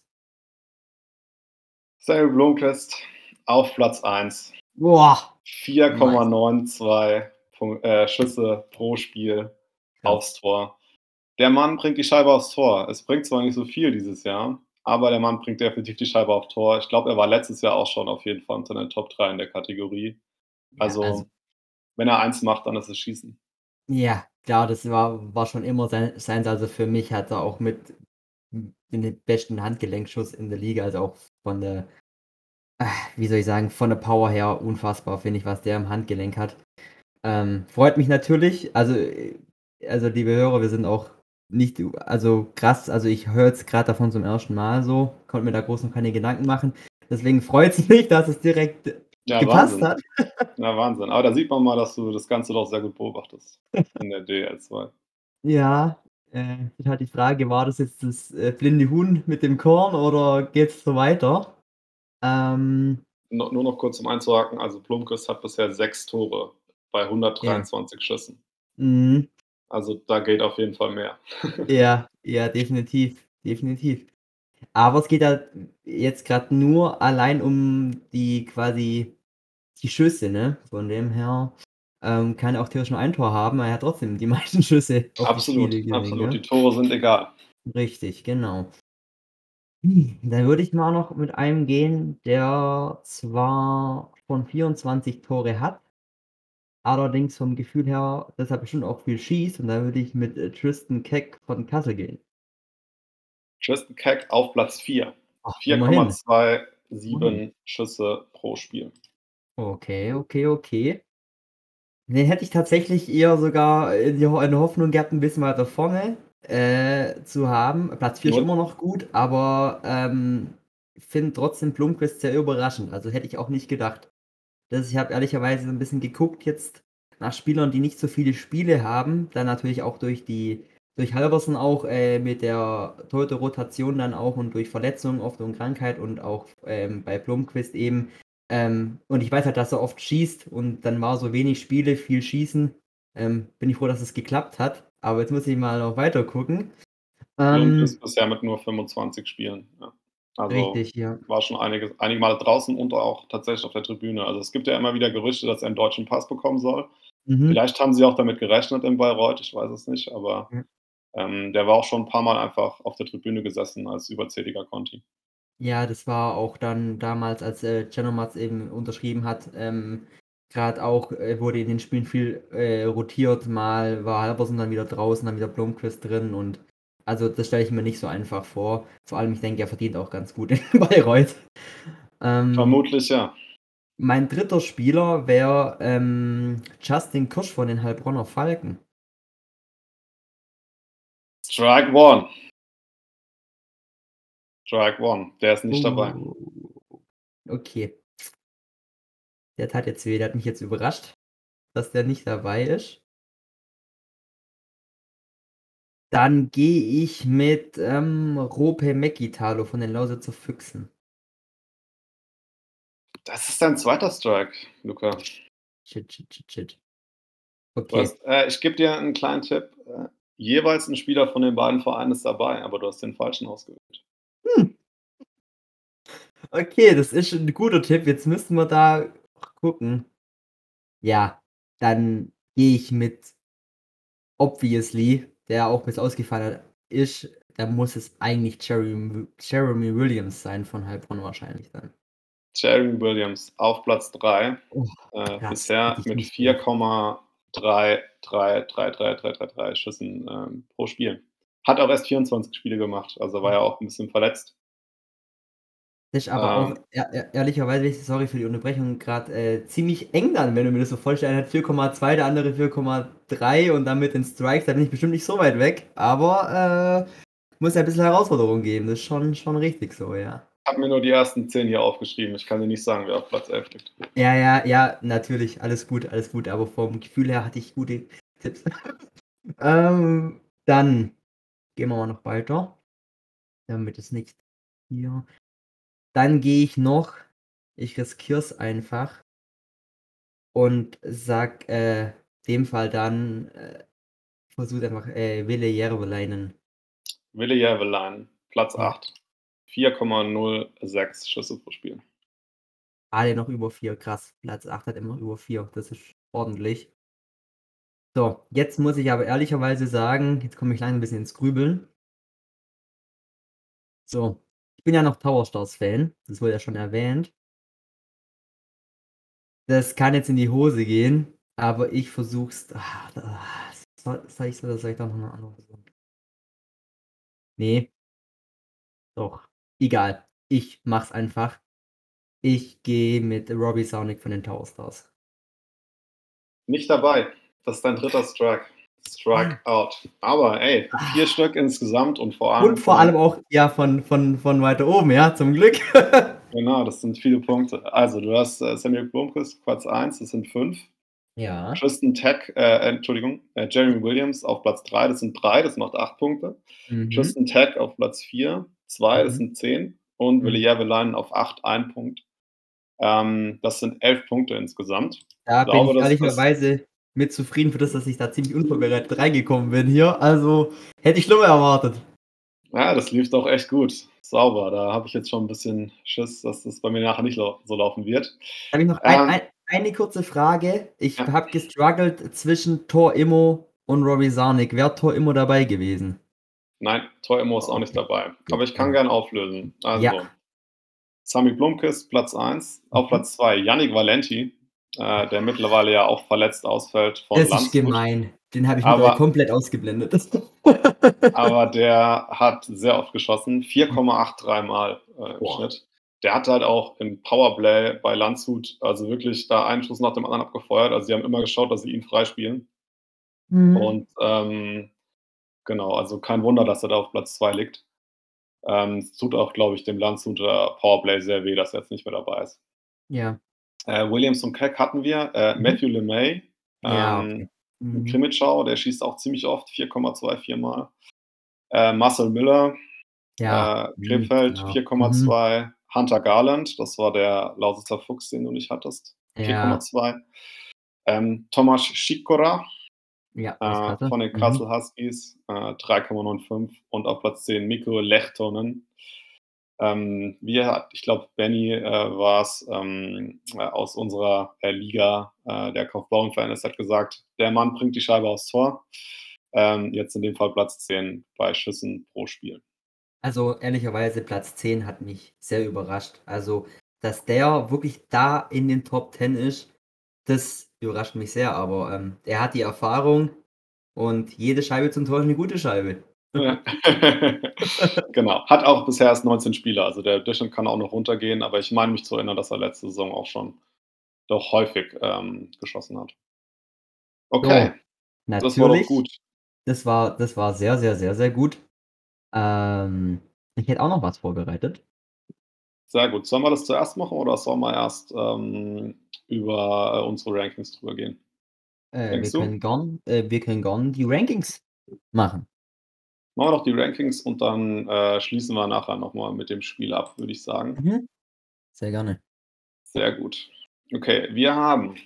Speaker 1: Samuel Blomqvist auf Platz 1.
Speaker 2: Boah, nice,
Speaker 1: 4,92 Schüsse pro Spiel
Speaker 2: krass.
Speaker 1: aufs Tor. Der Mann bringt die Scheibe aufs Tor. Es bringt zwar nicht so viel dieses Jahr, aber der Mann bringt definitiv die Scheibe aufs Tor. Ich glaube, er war letztes Jahr auch schon auf jeden Fall unter den Top 3 in der Kategorie.
Speaker 2: Ja, also
Speaker 1: Also, wenn er eins macht, dann ist es Schießen.
Speaker 2: ja, klar, das war schon immer seins. Also, für mich hat er auch mit den besten Handgelenkschuss in der Liga, also auch von der wie soll ich sagen, von der Power her unfassbar, finde ich, was der im Handgelenk hat. Freut mich natürlich. Also, liebe Hörer, wir sind auch nicht also, krass, also, ich höre jetzt grad davon zum ersten Mal so, konnte mir da groß noch keine Gedanken machen. Deswegen freut's mich, dass es direkt
Speaker 1: Ja,
Speaker 2: gepasst
Speaker 1: Wahnsinn.
Speaker 2: hat.
Speaker 1: Ja, Wahnsinn. Aber da sieht man mal, dass du das Ganze doch sehr gut beobachtest in der DL2.
Speaker 2: Ja, ist halt die Frage, war das jetzt das, blinde Huhn mit dem Korn oder geht's so weiter? Ähm,
Speaker 1: Nur noch kurz, um einzuhaken, also Blomqvist hat bisher 6 Tore bei
Speaker 2: ja.
Speaker 1: 123 Schüssen.
Speaker 2: Mhm.
Speaker 1: Also, da geht auf jeden Fall mehr.
Speaker 2: Ja, ja, definitiv, definitiv. Aber es geht ja jetzt grad nur allein um die quasi die Schüsse, ne? Von dem her, kann er auch theoretisch nur ein Tor haben, er hat trotzdem die meisten Schüsse auf die
Speaker 1: Absolut,
Speaker 2: Spiele gesehen,
Speaker 1: absolut.
Speaker 2: gell?
Speaker 1: Die Tore sind egal.
Speaker 2: Richtig, genau. Dann würde ich mal noch mit einem gehen, der zwar schon 24 Tore hat, allerdings vom Gefühl her deshalb bestimmt auch viel schießt und da würde ich mit, Tristan Keck von Kassel gehen.
Speaker 1: Tristan Keck auf Platz 4.
Speaker 2: Ach, immerhin. Immerhin.
Speaker 1: 4,27 Schüsse pro Spiel.
Speaker 2: Okay, okay, okay. Den hätte ich tatsächlich eher sogar in der Hoffnung gehabt, 'n bisschen weiter vorne, zu haben. Platz 4 ist
Speaker 1: Nur
Speaker 2: immer noch gut, aber, finde trotzdem Blomqvist sehr überraschend. Also, hätte ich auch nicht gedacht. Ich habe ehrlicherweise so 'n bisschen geguckt jetzt nach Spielern, die nicht so viele Spiele haben, dann natürlich auch durch Halverson auch, mit der Torhüter-Rotation dann auch und durch Verletzungen oft und Krankheit und auch, bei Blomqvist eben. Und ich weiß halt, dass er oft schießt und dann war so wenig Spiele, viel Schießen. Bin ich froh, dass es geklappt hat, aber jetzt muss ich mal noch weiter gucken.
Speaker 1: Blomqvist
Speaker 2: Ähm,
Speaker 1: bisher mit nur 25 Spielen, ja. Also,
Speaker 2: richtig, ja.
Speaker 1: war schon einige Male draußen und auch tatsächlich auf der Tribüne. Also, es gibt ja immer wieder Gerüchte, dass er 'n deutschen Pass bekommen soll.
Speaker 2: Mhm.
Speaker 1: Vielleicht haben sie auch damit gerechnet in Bayreuth, ich weiß es nicht, aber,
Speaker 2: Ja.
Speaker 1: der war auch schon 'n paarmal einfach auf der Tribüne gesessen als überzähliger Conti.
Speaker 2: Ja, das war auch dann damals, als, Cenomads eben unterschrieben hat, grad auch, wurde in den Spielen viel, rotiert. Mal war Halverson dann wieder draußen, dann wieder Blomqvist drin und also, das stelle ich mir nicht so einfach vor. Vor allem, ich denke, er verdient auch ganz gut in Bayreuth. Ähm,
Speaker 1: Vermutlich ja.
Speaker 2: Mein dritter Spieler wäre, Justin Kirsch von den Heilbronner Falken.
Speaker 1: Strike one. Strike one. Der ist nicht dabei.
Speaker 2: Oh, okay. Der hat mich jetzt überrascht, dass der nicht dabei ist. Dann gehe ich mit, Roope Mäkitalo von den Lausitzer Füchsen.
Speaker 1: Das ist dein zweiter Strike, Luca.
Speaker 2: Shit, shit, shit, shit.
Speaker 1: Du
Speaker 2: Okay.
Speaker 1: hast ich gebe dir 'n kleinen Tipp, jeweils 'n Spieler von den beiden Vereinen ist dabei, aber du hast den falschen ausgewählt.
Speaker 2: Hm, okay, das ist 'n guter Tipp. Jetzt müssten wir da gucken. Ja, dann gehe ich mit Obviously, der auch bis ausgefallen ist, da muss es eigentlich Jeremy Williams sein von Heilbronn wahrscheinlich dann.
Speaker 1: Jeremy Williams auf Platz 3,
Speaker 2: Oh, krass, hätte
Speaker 1: bisher
Speaker 2: ich
Speaker 1: mit
Speaker 2: nicht gedacht.
Speaker 1: 4,33333 Schüssen, pro Spiel. Hat auch erst 24 Spiele gemacht, also war ja auch 'n bisschen verletzt.
Speaker 2: Das ist aber auch
Speaker 1: Ähm,
Speaker 2: ehrlicherweise, sorry für die Unterbrechung, grad, ziemlich eng dann, wenn du mir das so vorstellst, einer hat 4,2, der andere 4,3 und dann mit den Strikes, da bin ich bestimmt nicht so weit weg, aber, muss ja 'n bisschen Herausforderung geben. Das ist schon richtig so, ja.
Speaker 1: habe mir nur die ersten 10 hier aufgeschrieben. Ich kann dir nicht sagen, wer auf Platz 11 liegt.
Speaker 2: Ja, ja, ja, natürlich, alles gut, aber vom Gefühl her hatte ich gute Tipps. Dann gehen wir mal noch weiter, damit es nicht hier dann gehe ich riskiere es einfach und sage, dem Fall dann, versuche einfach, Ville Järveläinen.
Speaker 1: Ville Järveläinen, Platz
Speaker 2: Ja,
Speaker 1: 8, 4,06 Schüsse pro Spiel.
Speaker 2: alle noch über 4, krass. Platz 8 hat immer noch über 4, das ist ordentlich. So, jetzt muss ich aber ehrlicherweise sagen, jetzt komme ich langsam 'n bisschen ins Grübeln. So, ich bin ja noch Tower Stars Fan, das wurde ja schon erwähnt. Das kann jetzt in die Hose gehen, aber ich versuche es soll ich doch noch 'ne andere Person ne, doch, egal. Ich mache es einfach. Ich gehe mit Robbie Saunik von den Tower Stars.
Speaker 1: Nicht dabei. Das ist dein dritter Strike.
Speaker 2: Mann.
Speaker 1: Strikeout. Aber ey, 4
Speaker 2: Ah.
Speaker 1: Stück insgesamt und vor
Speaker 2: Und
Speaker 1: allem von
Speaker 2: vor allem
Speaker 1: den
Speaker 2: auch, ja, von weiter oben, ja, zum Glück.
Speaker 1: genau, das sind viele Punkte. Also, du hast, Samuel Blomqvist Platz 1, das sind 5.
Speaker 2: Ja.
Speaker 1: Tristan Teck Entschuldigung, Jeremy Williams auf Platz 3, das sind 3, das macht 8 Punkte.
Speaker 2: Mhm,
Speaker 1: Tristan Teck auf Platz 4, 2, das
Speaker 2: mhm,
Speaker 1: sind 10 und Ville
Speaker 2: mhm.
Speaker 1: Järveläinen auf 8, 1 Punkt. Das sind 11 Punkte insgesamt. Ich
Speaker 2: Da bin
Speaker 1: glaube,
Speaker 2: ich
Speaker 1: dass das
Speaker 2: ehrlicherweise mit zufrieden für das, dass ich da ziemlich unvorbereitet reingekommen bin hier. Also, hätte ich schlimmer erwartet.
Speaker 1: ja, das lief doch echt gut. Sauber. Da habe ich jetzt schon 'n bisschen Schiss, dass das bei mir nachher nicht so laufen wird.
Speaker 2: Habe ich noch
Speaker 1: Ähm,
Speaker 2: eine kurze Frage. Ich
Speaker 1: ja,
Speaker 2: habe gestruggelt zwischen Tor Immo und Robbie Sarnik. Wäre Tor Immo dabei gewesen?
Speaker 1: nein, Tor Immo ist auch nicht
Speaker 2: Okay,
Speaker 1: dabei. Aber
Speaker 2: gut,
Speaker 1: ich kann
Speaker 2: dann
Speaker 1: gern auflösen.
Speaker 2: ja.
Speaker 1: Also, Sami Blomqvist, Platz 1. Auf
Speaker 2: Mhm.
Speaker 1: Platz 2 Yannick Valenti, der mittlerweile ja auch verletzt ausfällt von
Speaker 2: Das ist
Speaker 1: Landshut.
Speaker 2: gemein. Den habe ich mittlerweile
Speaker 1: Aber,
Speaker 2: komplett ausgeblendet.
Speaker 1: aber der hat sehr oft geschossen, 4,83 Mal im
Speaker 2: Boah.
Speaker 1: Schnitt. Der hat halt auch im Powerplay bei Landshut also wirklich da einen Schuss nach dem anderen abgefeuert. Also, sie haben immer geschaut, dass sie ihn freispielen.
Speaker 2: Mhm.
Speaker 1: Und, genau, also kein Wunder, dass er da auf Platz 2 liegt. Es tut auch, glaube ich, dem Landshuter Powerplay sehr weh, dass er jetzt nicht mehr dabei ist.
Speaker 2: Ja.
Speaker 1: Williams und Keck hatten wir.
Speaker 2: Mhm.
Speaker 1: Matthew LeMay,
Speaker 2: Ja, okay.
Speaker 1: 'n
Speaker 2: Mhm.
Speaker 1: Krimitschau, der schießt auch ziemlich oft, 4,24 Mal. Marcel Müller,
Speaker 2: Ja.
Speaker 1: Krefeld
Speaker 2: Genau. Mhm.
Speaker 1: 4,2. Hunter Garland, das war der Lausitzer Fuchs, den du nicht hattest,
Speaker 2: Ja.
Speaker 1: 4,2. Tomasz Sikora,
Speaker 2: Ja, der ist klasse.
Speaker 1: von den
Speaker 2: Mhm.
Speaker 1: Kassel Huskies, 3,95 und auf Platz 10 Mikko Lehtonen. Ich glaube, Benny war es aus unserer Liga, der Kaufbeuren-Fan ist, hat gesagt, der Mann bringt die Scheibe aufs Tor. Jetzt in dem Fall Platz 10 bei Schüssen pro Spiel.
Speaker 2: Also, ehrlicherweise Platz 10 hat mich sehr überrascht. Also, dass der wirklich da in den Top 10 ist, das überrascht mich sehr, aber, er hat die Erfahrung und jede Scheibe zum Tor ist 'ne gute Scheibe.
Speaker 1: Ja. Genau. Hat auch bisher erst 19 Spieler, also der Durchschnitt kann auch noch runtergehen, aber ich meine mich zu erinnern, dass er letzte Saison auch schon doch häufig geschossen hat. Okay,
Speaker 2: So,
Speaker 1: das war doch
Speaker 2: natürlich,
Speaker 1: gut.
Speaker 2: das war sehr, sehr, sehr, sehr gut. Ähm, ich hätte auch noch was vorbereitet.
Speaker 1: Sehr gut. Sollen wir das zuerst machen oder sollen wir erst über unsere Rankings drüber gehen? Denkst du?
Speaker 2: Wir können gern die Rankings machen.
Speaker 1: Machen wir doch die Rankings und dann schließen wir nachher nochmal mit dem Spiel ab, würde ich sagen.
Speaker 2: Mhm. Sehr gerne.
Speaker 1: Sehr gut. Okay, wir haben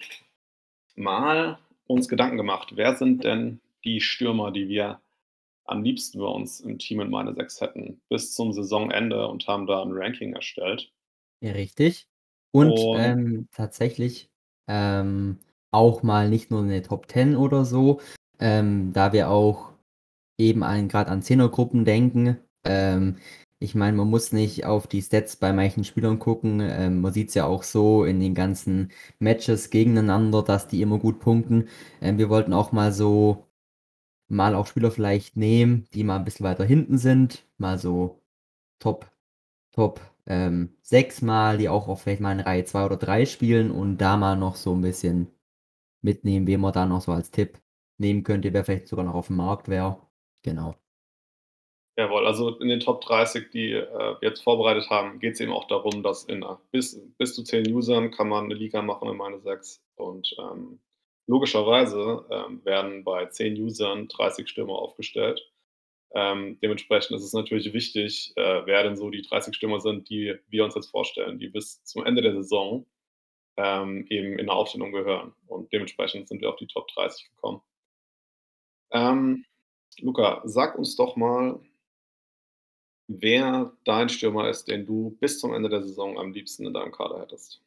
Speaker 1: mal uns Gedanken gemacht, wer sind denn die Stürmer, die wir am liebsten bei uns im Team in meine 6 hätten, bis zum Saisonende und haben da ein Ranking erstellt.
Speaker 2: Ja, richtig. Und,
Speaker 1: Und
Speaker 2: tatsächlich, ähm, auch mal nicht nur 'ne Top 10 oder so, da wir auch eben an Zehnergruppen denken. Ich meine, man muss nicht auf die Stats bei manchen Spielern gucken. Man sieht's ja auch so in den ganzen Matches gegeneinander, dass die immer gut punkten. Wir wollten auch mal auch Spieler vielleicht nehmen, die mal 'n bisschen weiter hinten sind, mal so Top Top, 6 mal, die auch vielleicht mal in Reihe 2 oder 3 spielen und da mal noch so 'n bisschen mitnehmen, wen man da noch so als Tipp nehmen könnte, wer vielleicht sogar noch aufm Markt wäre. Genau.
Speaker 1: jawohl, also in den Top 30, die wir jetzt vorbereitet haben, geht es eben auch darum, dass bis zu 10 Usern kann man eine Liga machen in meine 6. Und logischerweise werden bei 10 Usern 30 Stürmer aufgestellt. Dementsprechend ist es natürlich wichtig, wer denn so die 30 Stürmer sind, die wir uns jetzt vorstellen, die bis zum Ende der Saison eben in der Aufstellung gehören. Und dementsprechend sind wir auf die Top 30 gekommen. Ähm, Luca, sag uns doch mal, wer dein Stürmer ist, den du bis zum Ende der Saison am liebsten in deinem Kader hättest.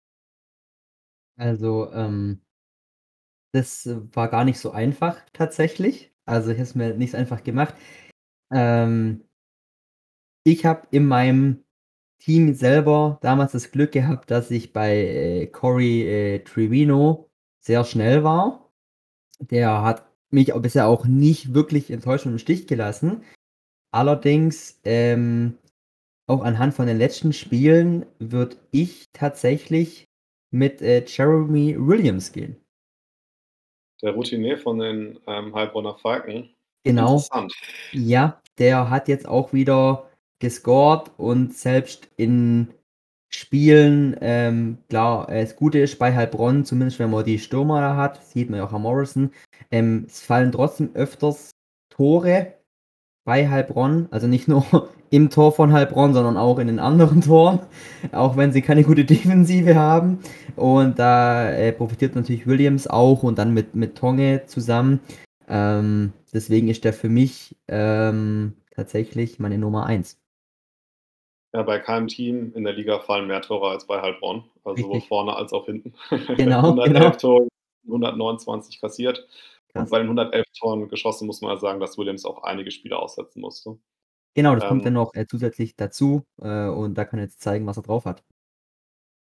Speaker 2: Also, das war gar nicht so einfach tatsächlich. Also, ich habe es mir nicht so einfach gemacht. Ähm, ich habe in meinem Team selber damals das Glück gehabt, dass ich bei, Corey, Trevino sehr schnell war. Der hat mich bisher auch nicht wirklich enttäuscht und im Stich gelassen. Allerdings, auch anhand von den letzten Spielen würde ich tatsächlich mit, Jeremy Williams gehen.
Speaker 1: Der Routinier von den Heilbronner Falken.
Speaker 2: Genau.
Speaker 1: Interessant.
Speaker 2: Ja, der hat jetzt auch wieder gescored und selbst in Spielen, klar, das Gute ist bei Heilbronn, zumindest wenn man die Stürmer da hat, sieht man ja auch am Morrison, es fallen trotzdem öfters Tore bei Heilbronn, also nicht nur im Tor von Heilbronn, sondern auch in den anderen Toren, auch wenn sie keine gute Defensive haben. Und da, profitiert natürlich Williams auch und dann mit Tonge zusammen. Deswegen ist der für mich, tatsächlich meine Nummer 1.
Speaker 1: Ja, bei keinem Team in der Liga fallen mehr Tore als bei Heilbronn, also sowohl
Speaker 2: Richtig.
Speaker 1: vorne als auch hinten.
Speaker 2: Genau,
Speaker 1: 111
Speaker 2: genau.
Speaker 1: Tore, 129 kassiert. Und
Speaker 2: Krass.
Speaker 1: bei den 111 Toren geschossen muss man ja sagen, dass Williams auch einige Spiele aussetzen musste.
Speaker 2: Genau, das kommt
Speaker 1: Ähm,
Speaker 2: dann noch, zusätzlich dazu, und da kann er jetzt zeigen, was er drauf hat.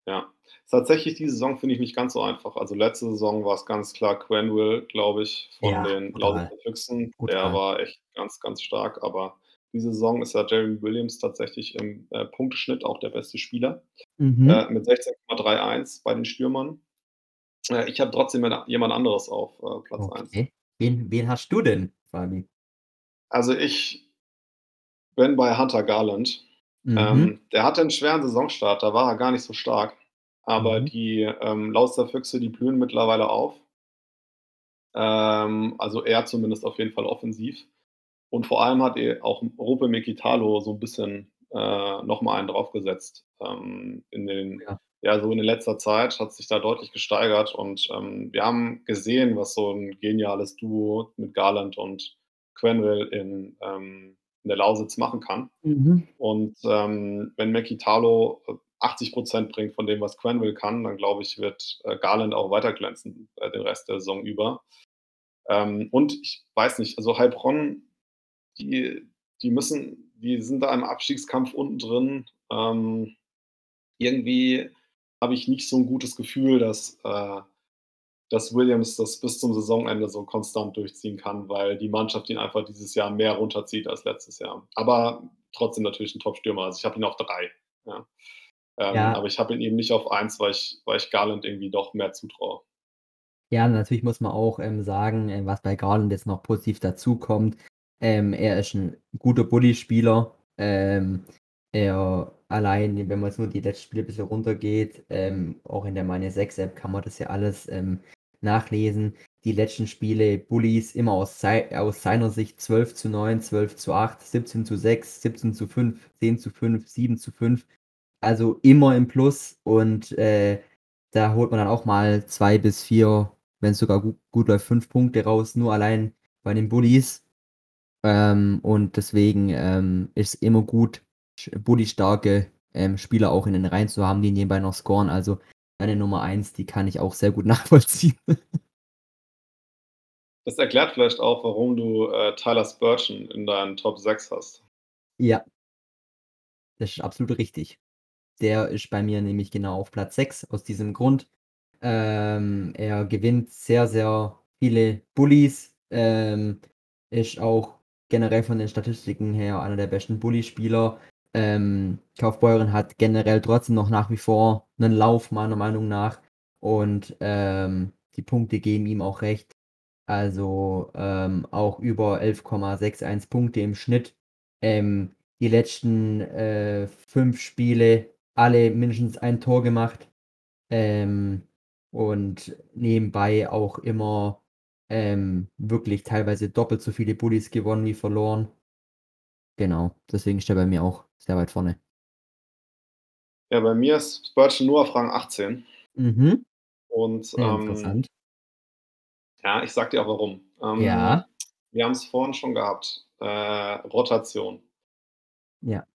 Speaker 1: Ja. Tatsächlich diese Saison finde ich nicht ganz so einfach. Also, letzte Saison war es ganz klar Quenneville, glaube ich, von
Speaker 2: Ja,
Speaker 1: den
Speaker 2: brutal,
Speaker 1: Lausitzer Füchsen. Der
Speaker 2: brutal.
Speaker 1: war echt ganz, ganz stark, aber diese Saison ist ja Jeremy Williams tatsächlich im, Punkteschnitt auch der beste Spieler,
Speaker 2: Mhm.
Speaker 1: mit 16,31 bei den Stürmern. Ich habe trotzdem jemand anderes auf, Platz 1.
Speaker 2: Okay. Wen hast du denn, Fabi?
Speaker 1: Also, ich bin bei Hunter Garland.
Speaker 2: Mhm.
Speaker 1: Der hatte 'n schweren Saisonstart, da war er gar nicht so stark, aber
Speaker 2: Mhm.
Speaker 1: die, Lausitzer Füchse, die blühen mittlerweile auf. Also er zumindest auf jeden Fall offensiv. Und vor allem hat auch Rupe Mekitalo so 'n bisschen, noch mal einen draufgesetzt.
Speaker 2: Ja.
Speaker 1: Ja, so in letzter Zeit hat sich da deutlich gesteigert und, wir haben gesehen, was so 'n geniales Duo mit Garland und Quenneville in der Lausitz machen kann.
Speaker 2: Mhm.
Speaker 1: Und, wenn Mekitalo, 80 bringt von dem, was Quenneville kann, dann glaube ich, wird, Garland auch weiter glänzen, den Rest der Saison über. Und ich weiß nicht, also Heilbronn, die die sind da im Abstiegskampf unten drin. Irgendwie habe ich nicht so 'n gutes Gefühl, dass Williams das bis zum Saisonende so konstant durchziehen kann, weil die Mannschaft ihn einfach dieses Jahr mehr runterzieht als letztes Jahr. Aber trotzdem natürlich 'n Top-Stürmer. Also, ich habe ihn auf 3, ja.
Speaker 2: Ja,
Speaker 1: Aber ich habe ihn eben nicht auf 1, weil ich Garland irgendwie doch mehr zutraue.
Speaker 2: ja, natürlich muss man auch, sagen, was bei Garland jetzt noch positiv dazukommt, er ist 'n guter Bully-Spieler. Er allein, wenn man jetzt nur die letzten Spiele bisschen runtergeht, auch in der Meine 6 App kann man das ja alles, nachlesen. Die letzten Spiele Bullies immer aus seiner Sicht 12:9, 12:8, 17:6, 17:5, 10:5, 7:5. Also immer im Plus und, da holt man dann auch mal 2 bis 4, wenn's sogar gut läuft, 5 Punkte raus, nur allein bei den Bullies. Und deswegen, ist immer gut, bullystarke, Spieler auch in den Reihen zu haben, die nebenbei noch scoren. Also, deine Nummer 1, die kann ich auch sehr gut nachvollziehen.
Speaker 1: Das erklärt vielleicht auch, warum du, Tyler Spurgeon in deinen Top 6 hast.
Speaker 2: Ja, das ist absolut richtig. Der ist bei mir nämlich genau auf Platz 6 aus diesem Grund. Er gewinnt sehr, sehr viele Bullies, ist auch generell von den Statistiken her einer der besten Bully-Spieler. Kaufbeuren hat generell trotzdem noch nach wie vor 'nen Lauf meiner Meinung nach und, die Punkte geben ihm auch recht. Also, auch über 11,61 Punkte im Schnitt. Die letzten, 5 Spiele alle mindestens ein Tor gemacht, ähm, und nebenbei auch immer, wirklich teilweise doppelt so viele Bullies gewonnen wie verloren. Genau, deswegen steht er bei mir auch sehr weit vorne.
Speaker 1: Ja, bei mir ist Spurgeon nur auf Rang 18
Speaker 2: Mhm,
Speaker 1: und,
Speaker 2: interessant.
Speaker 1: ja, ich sage dir auch warum.
Speaker 2: Ja,
Speaker 1: Wir haben's vorhin schon gehabt, Rotation.
Speaker 2: ja.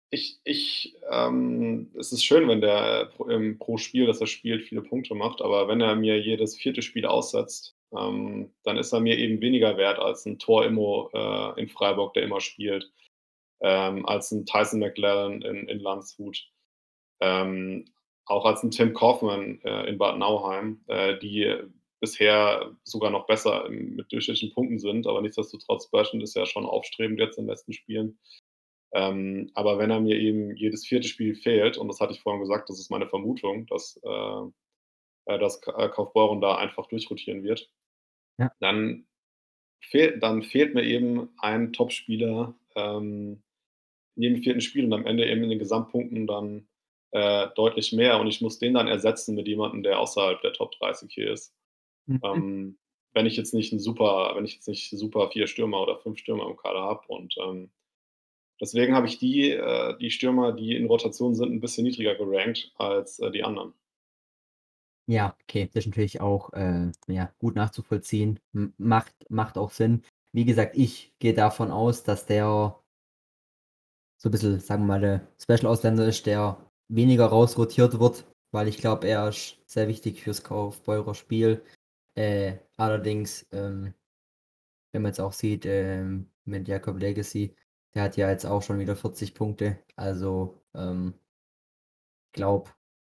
Speaker 1: Es ist schön, wenn der pro Spiel, das er spielt, viele Punkte macht, aber wenn er mir jedes 4. Spiel aussetzt, dann ist er mir eben weniger wert als 'n Tor Immo, in Freiburg, der immer spielt, als 'n Tyson McLaren in Landshut, ähm, auch als 'n Tim Kaufmann, in Bad Nauheim, die bisher sogar noch besser mit durchschnittlichen Punkten sind, aber nichtsdestotrotz, Spurgeon ist ja schon aufstrebend jetzt in den letzten Spielen. Aber wenn er mir eben jedes 4. Spiel fehlt, und das hatte ich vorhin gesagt, das ist meine Vermutung, dass Kaufbeuren da einfach durchrotieren wird,
Speaker 2: Ja.
Speaker 1: dann dann fehlt mir eben ein Topspieler, in jedem 4. Spiel und am Ende eben in den Gesamtpunkten dann, deutlich mehr und ich muss den dann ersetzen mit jemandem, der außerhalb der Top 30 hier ist.
Speaker 2: Mhm.
Speaker 1: Ähm, wenn ich jetzt nicht super 4 Stürmer oder 5 Stürmer im Kader habe und, deswegen habe ich die Stürmer, die in Rotation sind, 'n bisschen niedriger gerankt als, die anderen.
Speaker 2: Ja, okay, das ist natürlich auch, ja, gut nachzuvollziehen. Macht auch Sinn. Wie gesagt, ich gehe davon aus, dass der so 'n bisschen, sagen wir mal, der Special-Ausländer ist, der weniger rausrotiert wird, weil ich glaube, er ist sehr wichtig fürs Kaufbeurer Spiel. Allerdings, wenn man jetzt auch sieht, mit Jacob Legacy, der hat ja jetzt auch schon wieder 40 Punkte. Also, glaube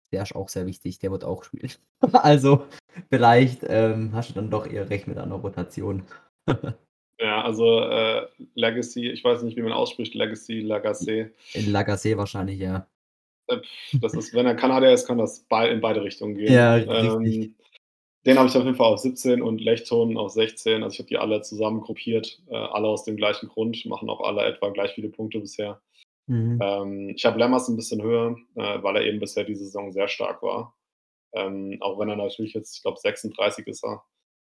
Speaker 2: der ist auch sehr wichtig, der wird auch spielen. Also, vielleicht, hast du dann doch eher recht mit einer Rotation.
Speaker 1: Ja, also, Legacy, ich weiß nicht, wie man ausspricht, Lagacé.
Speaker 2: In Lagacé wahrscheinlich, ja.
Speaker 1: Das ist, wenn er Kanadier ist, kann das in beide Richtungen
Speaker 2: Ja,
Speaker 1: gehen.
Speaker 2: richtig.
Speaker 1: Den habe ich auf jeden Fall auf 17 und Lechton auf 16. Also, ich habe die alle zusammen gruppiert, alle aus dem gleichen Grund, machen auch alle etwa gleich viele Punkte bisher.
Speaker 2: Mhm.
Speaker 1: Ich habe Lammers 'n bisschen höher, weil er eben bisher diese Saison sehr stark war. Auch wenn er natürlich jetzt, ich glaube, 36 ist er,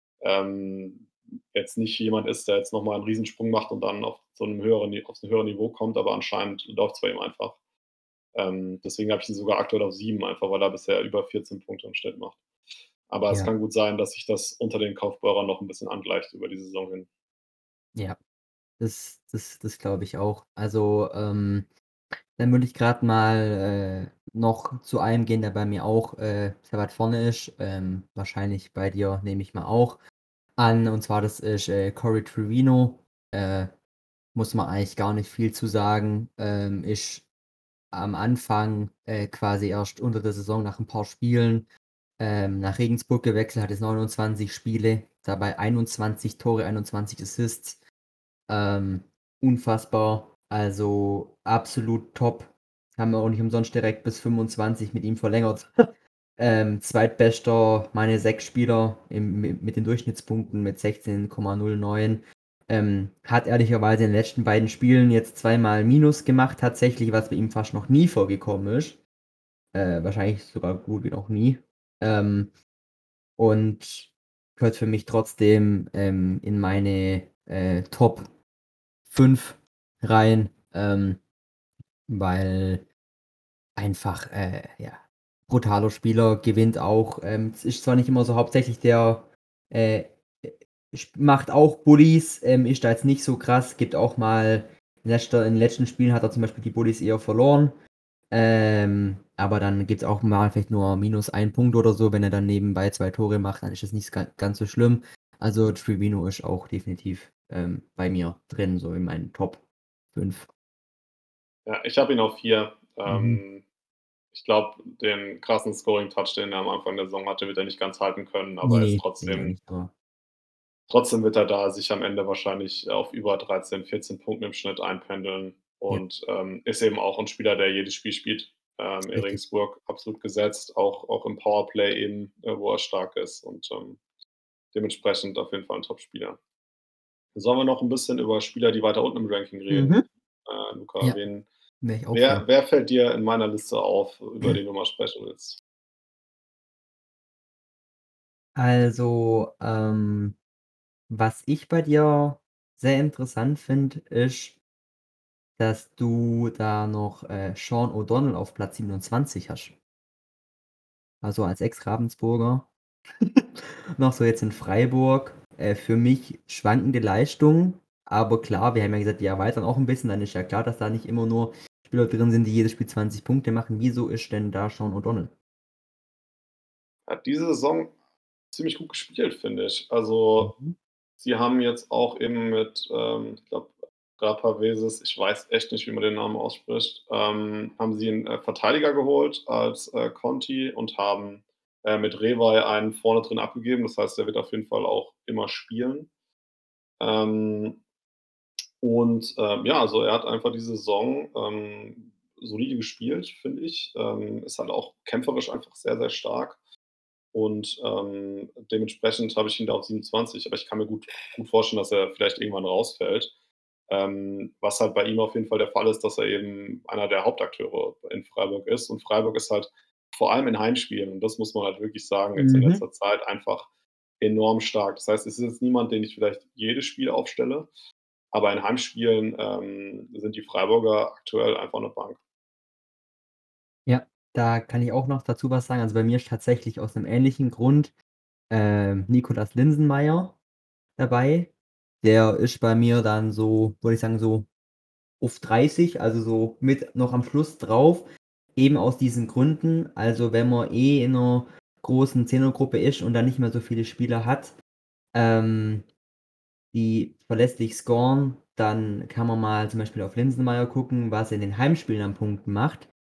Speaker 1: jetzt nicht jemand ist, der jetzt noch mal 'n Riesensprung macht und dann auf so 'n höheren Niveau kommt, aber anscheinend läuft's bei ihm einfach. Deswegen habe ich ihn sogar aktuell auf 7, einfach weil er bisher über 14 Punkte im Schnitt macht. Aber es
Speaker 2: Ja,
Speaker 1: kann gut sein, dass sich das unter den Kaufbeurern noch 'n bisschen angleicht über die Saison hin.
Speaker 2: ja, das glaube ich auch. Also, dann würde ich grad mal, noch zu einem gehen, der bei mir auch, sehr weit vorne ist. Wahrscheinlich bei dir, nehme ich mal auch an, und zwar das ist, Corey Trevino. Äh, Muss man eigentlich gar nicht viel zu sagen. Ist am Anfang, quasi erst unter der Saison nach 'n paar Spielen, nach Regensburg gewechselt, hat jetzt 29 Spiele, dabei 21 Tore, 21 Assists. Ähm, Unfassbar, also absolut top. Haben wir auch nicht umsonst direkt bis 25 mit ihm verlängert. Zweitbester meine 6 Spieler mit den Durchschnittspunkten mit 16,09. Hat ehrlicherweise in den letzten beiden Spielen jetzt zweimal Minus gemacht tatsächlich, was bei ihm fast noch nie vorgekommen ist. Wahrscheinlich sogar gut wie noch nie. Ähm, und gehört für mich trotzdem, in meine, Top 5 rein, weil einfach, ja, brutaler Spieler, gewinnt auch. Es ist zwar nicht immer so hauptsächlich der, äh, macht auch Bullies, ist da jetzt nicht so krass, gibt auch mal in den letzten Spielen hat er zum Beispiel die Bullies eher verloren. Aber dann gibt's auch mal vielleicht nur minus ein Punkt oder so. Wenn er dann nebenbei 2 Tore macht, dann ist das nicht ganz so schlimm. Also, Trivino ist auch definitiv, bei mir drin, so in meinen Top 5.
Speaker 1: Ja, ich habe ihn auf 4.
Speaker 2: Mhm.
Speaker 1: Ich glaube, den krassen Scoring-Touch, den er am Anfang der Saison hatte, wird er nicht ganz halten können,
Speaker 2: Ne,
Speaker 1: aber er ist
Speaker 2: ne, denke ich auch
Speaker 1: trotzdem
Speaker 2: nicht, aber
Speaker 1: trotzdem wird er da sich am Ende wahrscheinlich auf über 13, 14 Punkten im Schnitt einpendeln
Speaker 2: ja,
Speaker 1: und, ist eben auch 'n Spieler, der jedes Spiel spielt, in
Speaker 2: richtig.
Speaker 1: Regensburg absolut gesetzt, auch im Powerplay eben, wo er stark ist und, dementsprechend auf jeden Fall 'n Top-Spieler. Sollen wir noch 'n bisschen über Spieler, die weiter unten im Ranking
Speaker 2: Mhm.
Speaker 1: reden? Luca,
Speaker 2: Ja, wäre ich auch für.
Speaker 1: wer fällt dir in meiner Liste auf, über den du mal sprechen willst?
Speaker 2: Also, was ich bei dir sehr interessant finde, ist, dass du da noch, Sean O'Donnell auf Platz 27 hast. Also, als Ex-Ravensburger noch so jetzt in Freiburg. Für mich schwankende Leistung, aber klar, wir haben ja gesagt, die erweitern auch 'n bisschen, dann ist ja klar, dass da nicht immer nur Spieler drin sind, die jedes Spiel 20 Punkte machen. Wieso ist denn da Sean O'Donnell?
Speaker 1: Hat diese Saison ziemlich gut gespielt, finde ich. Also,
Speaker 2: Mhm.
Speaker 1: sie haben jetzt auch eben mit, ich glaube, Rapavesis, ich weiß echt nicht, wie man den Namen ausspricht, haben sie 'n, Verteidiger geholt als, Conti und haben, mit Rewai einen vorne drin abgegeben. Das heißt, der wird auf jeden Fall auch immer spielen. Ähm, ja, also er hat einfach diese Saison, solide gespielt, finde ich. Ist halt auch kämpferisch einfach sehr, sehr stark. Und, dementsprechend habe ich ihn da auf 27, aber ich kann mir gut vorstellen, dass er vielleicht irgendwann rausfällt. Was halt bei ihm auf jeden Fall der Fall ist, dass er eben einer der Hauptakteure in Freiburg ist. Und Freiburg ist halt vor allem in Heimspielen, und das muss man halt wirklich sagen, jetzt in
Speaker 2: Mhm.
Speaker 1: letzter Zeit einfach enorm stark. Das heißt, es ist jetzt niemand, den ich vielleicht jedes Spiel aufstelle, aber in Heimspielen, sind die Freiburger aktuell einfach 'ne Bank.
Speaker 2: Ja, da kann ich auch noch dazu was sagen. Also, bei mir ist tatsächlich aus 'nem ähnlichen Grund, Nicolas Linsenmeier dabei. Der ist bei mir dann so, würde ich sagen, so auf 30, also so mit noch am Schluss drauf, eben aus diesen Gründen. Also, wenn man in 'ner großen Zehnergruppe ist und dann nicht mehr so viele Spieler hat, ähm, die verlässlich scoren, dann kann man mal zum Beispiel auf Linsenmeier gucken, was er in den Heimspielen an Punkten macht.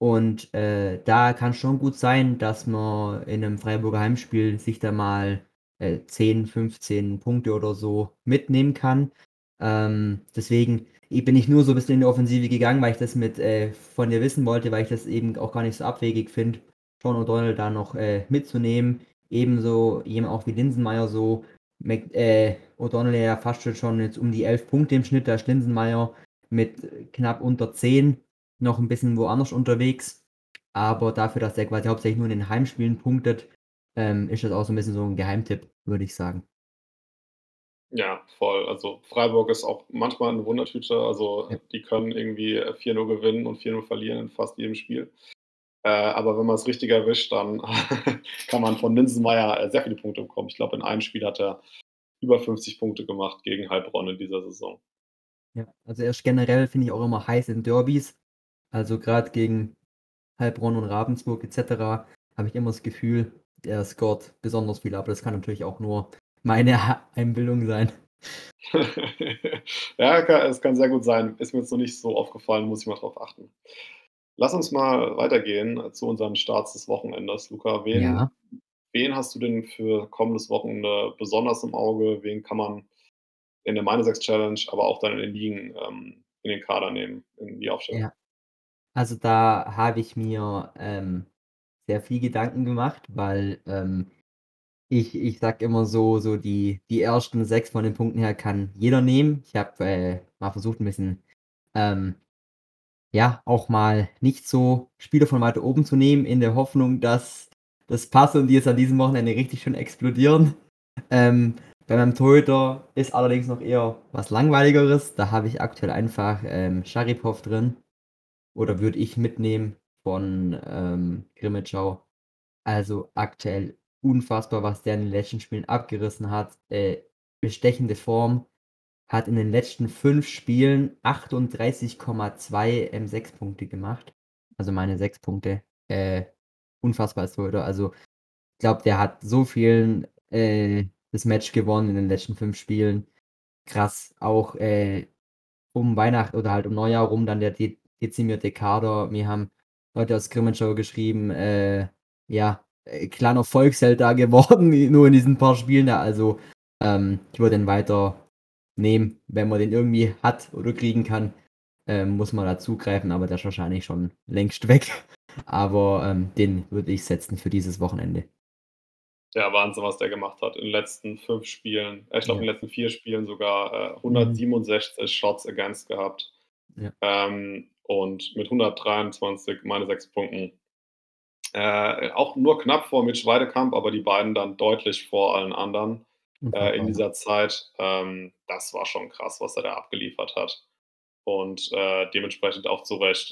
Speaker 2: Und, da kann schon gut sein, dass man in einem Freiburger Heimspiel sich da mal, 10, 15 Punkte oder so mitnehmen kann. Deswegen bin ich nur so ein bisschen in die Offensive gegangen, weil ich das von dir wissen wollte, weil ich das eben auch gar nicht so abwegig finde, John O'Donnell da noch, mitzunehmen. Ebenso jemand auch wie Linsenmeyer so, O'Donnell ja fast schon jetzt um die 11 Punkte im Schnitt, da ist Linsenmeyer mit knapp unter 10 noch ein bisschen woanders unterwegs. Aber dafür, dass der quasi hauptsächlich nur in den Heimspielen punktet, ist das auch so ein bisschen so ein Geheimtipp, würde ich sagen.
Speaker 1: Ja, voll. Also, Freiburg ist auch manchmal eine Wundertüte. Also,
Speaker 2: Ja.
Speaker 1: die können irgendwie, 4:0 gewinnen und 4:0 verlieren in fast jedem Spiel. Aber wenn man es richtig erwischt, dann kann man von Linsenmeyer, sehr viele Punkte bekommen. Ich glaube, in einem Spiel hat er über 50 Punkte gemacht gegen Heilbronn in dieser Saison.
Speaker 2: Ja, also er ist generell, finde ich, auch immer heiß in Derbys. Also gerade gegen Heilbronn und Ravensburg et cetera habe ich immer das Gefühl, er scored besonders viel, aber das kann natürlich auch nur meine Einbildung sein.
Speaker 1: Ja, es kann sehr gut sein. Ist mir jetzt noch nicht so aufgefallen, muss ich mal drauf achten. Lass uns mal weitergehen zu unseren Starts des Wochenendes. Luca, wen
Speaker 2: Ja,
Speaker 1: wen hast du denn für kommendes Wochenende besonders im Auge? Wen kann man in der Meine 6 Challenge, aber auch dann in den Ligen, in den Kader nehmen, in die Aufstellung?
Speaker 2: ja. Also, da habe ich mir, sehr viel Gedanken gemacht, weil, ich sage immer so die ersten 6 von den Punkten her kann jeder nehmen. Ich habe, mal versucht, ein bisschen, ähm, ja, auch mal nicht so Spieler von weiter oben zu nehmen, in der Hoffnung, dass das passt und die jetzt an diesem Wochenende richtig schön explodieren. Bei meinem Torhüter ist allerdings noch eher was Langweiligeres. Da habe ich aktuell einfach, Scharipov drin oder würde ich mitnehmen von, Grimmitschau. Also, aktuell unfassbar, was der in den letzten Spielen abgerissen hat. Bestechende Form, hat in den letzten 5 Spielen 38,2 M6-Punkte gemacht. Also, meine 6 Punkte. Unfassbar als Torhüter. Also, ich glaube, der hat so vielen, das Match gewonnen in den letzten 5 Spielen. Krass. Auch, um Weihnachten oder halt um Neujahr rum dann der dezimierte Kader. Mir haben Leute aus Grimmitschau geschrieben, ja, kleiner Volksheld da geworden, nur in diesen paar Spielen da. Also, ich würde den weiter nehmen. Wenn man den irgendwie hat oder kriegen kann, muss man da zugreifen, aber der ist wahrscheinlich schon längst weg. Aber, den würde ich setzen für dieses Wochenende.
Speaker 1: Ja, Wahnsinn, was der gemacht hat in den letzten 5 Spielen. Ich glaube, in
Speaker 2: Ja.
Speaker 1: den letzten 4 Spielen sogar,
Speaker 2: Mhm.
Speaker 1: 167 Shots against gehabt,
Speaker 2: Ja,
Speaker 1: und mit 123 meine 6 Punkten. Auch nur knapp vor Mitch Weidekamp, aber die beiden dann deutlich vor allen anderen, in
Speaker 2: unfassbar, ja.
Speaker 1: dieser Zeit. Das war schon krass, was er da abgeliefert hat. Und, dementsprechend auch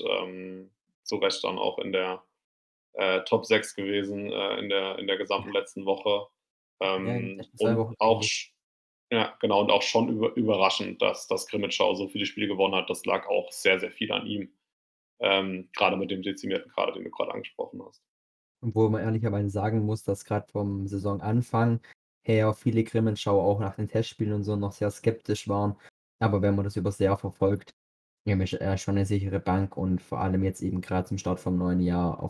Speaker 1: zu Recht dann auch in der, Top 6 gewesen, in der gesamten letzten Woche.
Speaker 2: Ja, in den letzten 2
Speaker 1: Und
Speaker 2: Wochen
Speaker 1: auch
Speaker 2: eigentlich.
Speaker 1: ja, genau, und auch schon überraschend, dass Grimmitschau so viele Spiele gewonnen hat. Das lag auch sehr, sehr viel an ihm, grade mit dem dezimierten Kader, den du gerade angesprochen hast.
Speaker 2: Obwohl man ehrlicherweise sagen muss, dass gerade vom Saisonanfang her viele Grimmenschauer auch nach den Testspielen und so noch sehr skeptisch waren. Aber wenn man das übers Jahr verfolgt, ja, ist er schon 'ne sichere Bank und vor allem jetzt eben gerade zum Start vom neuen Jahr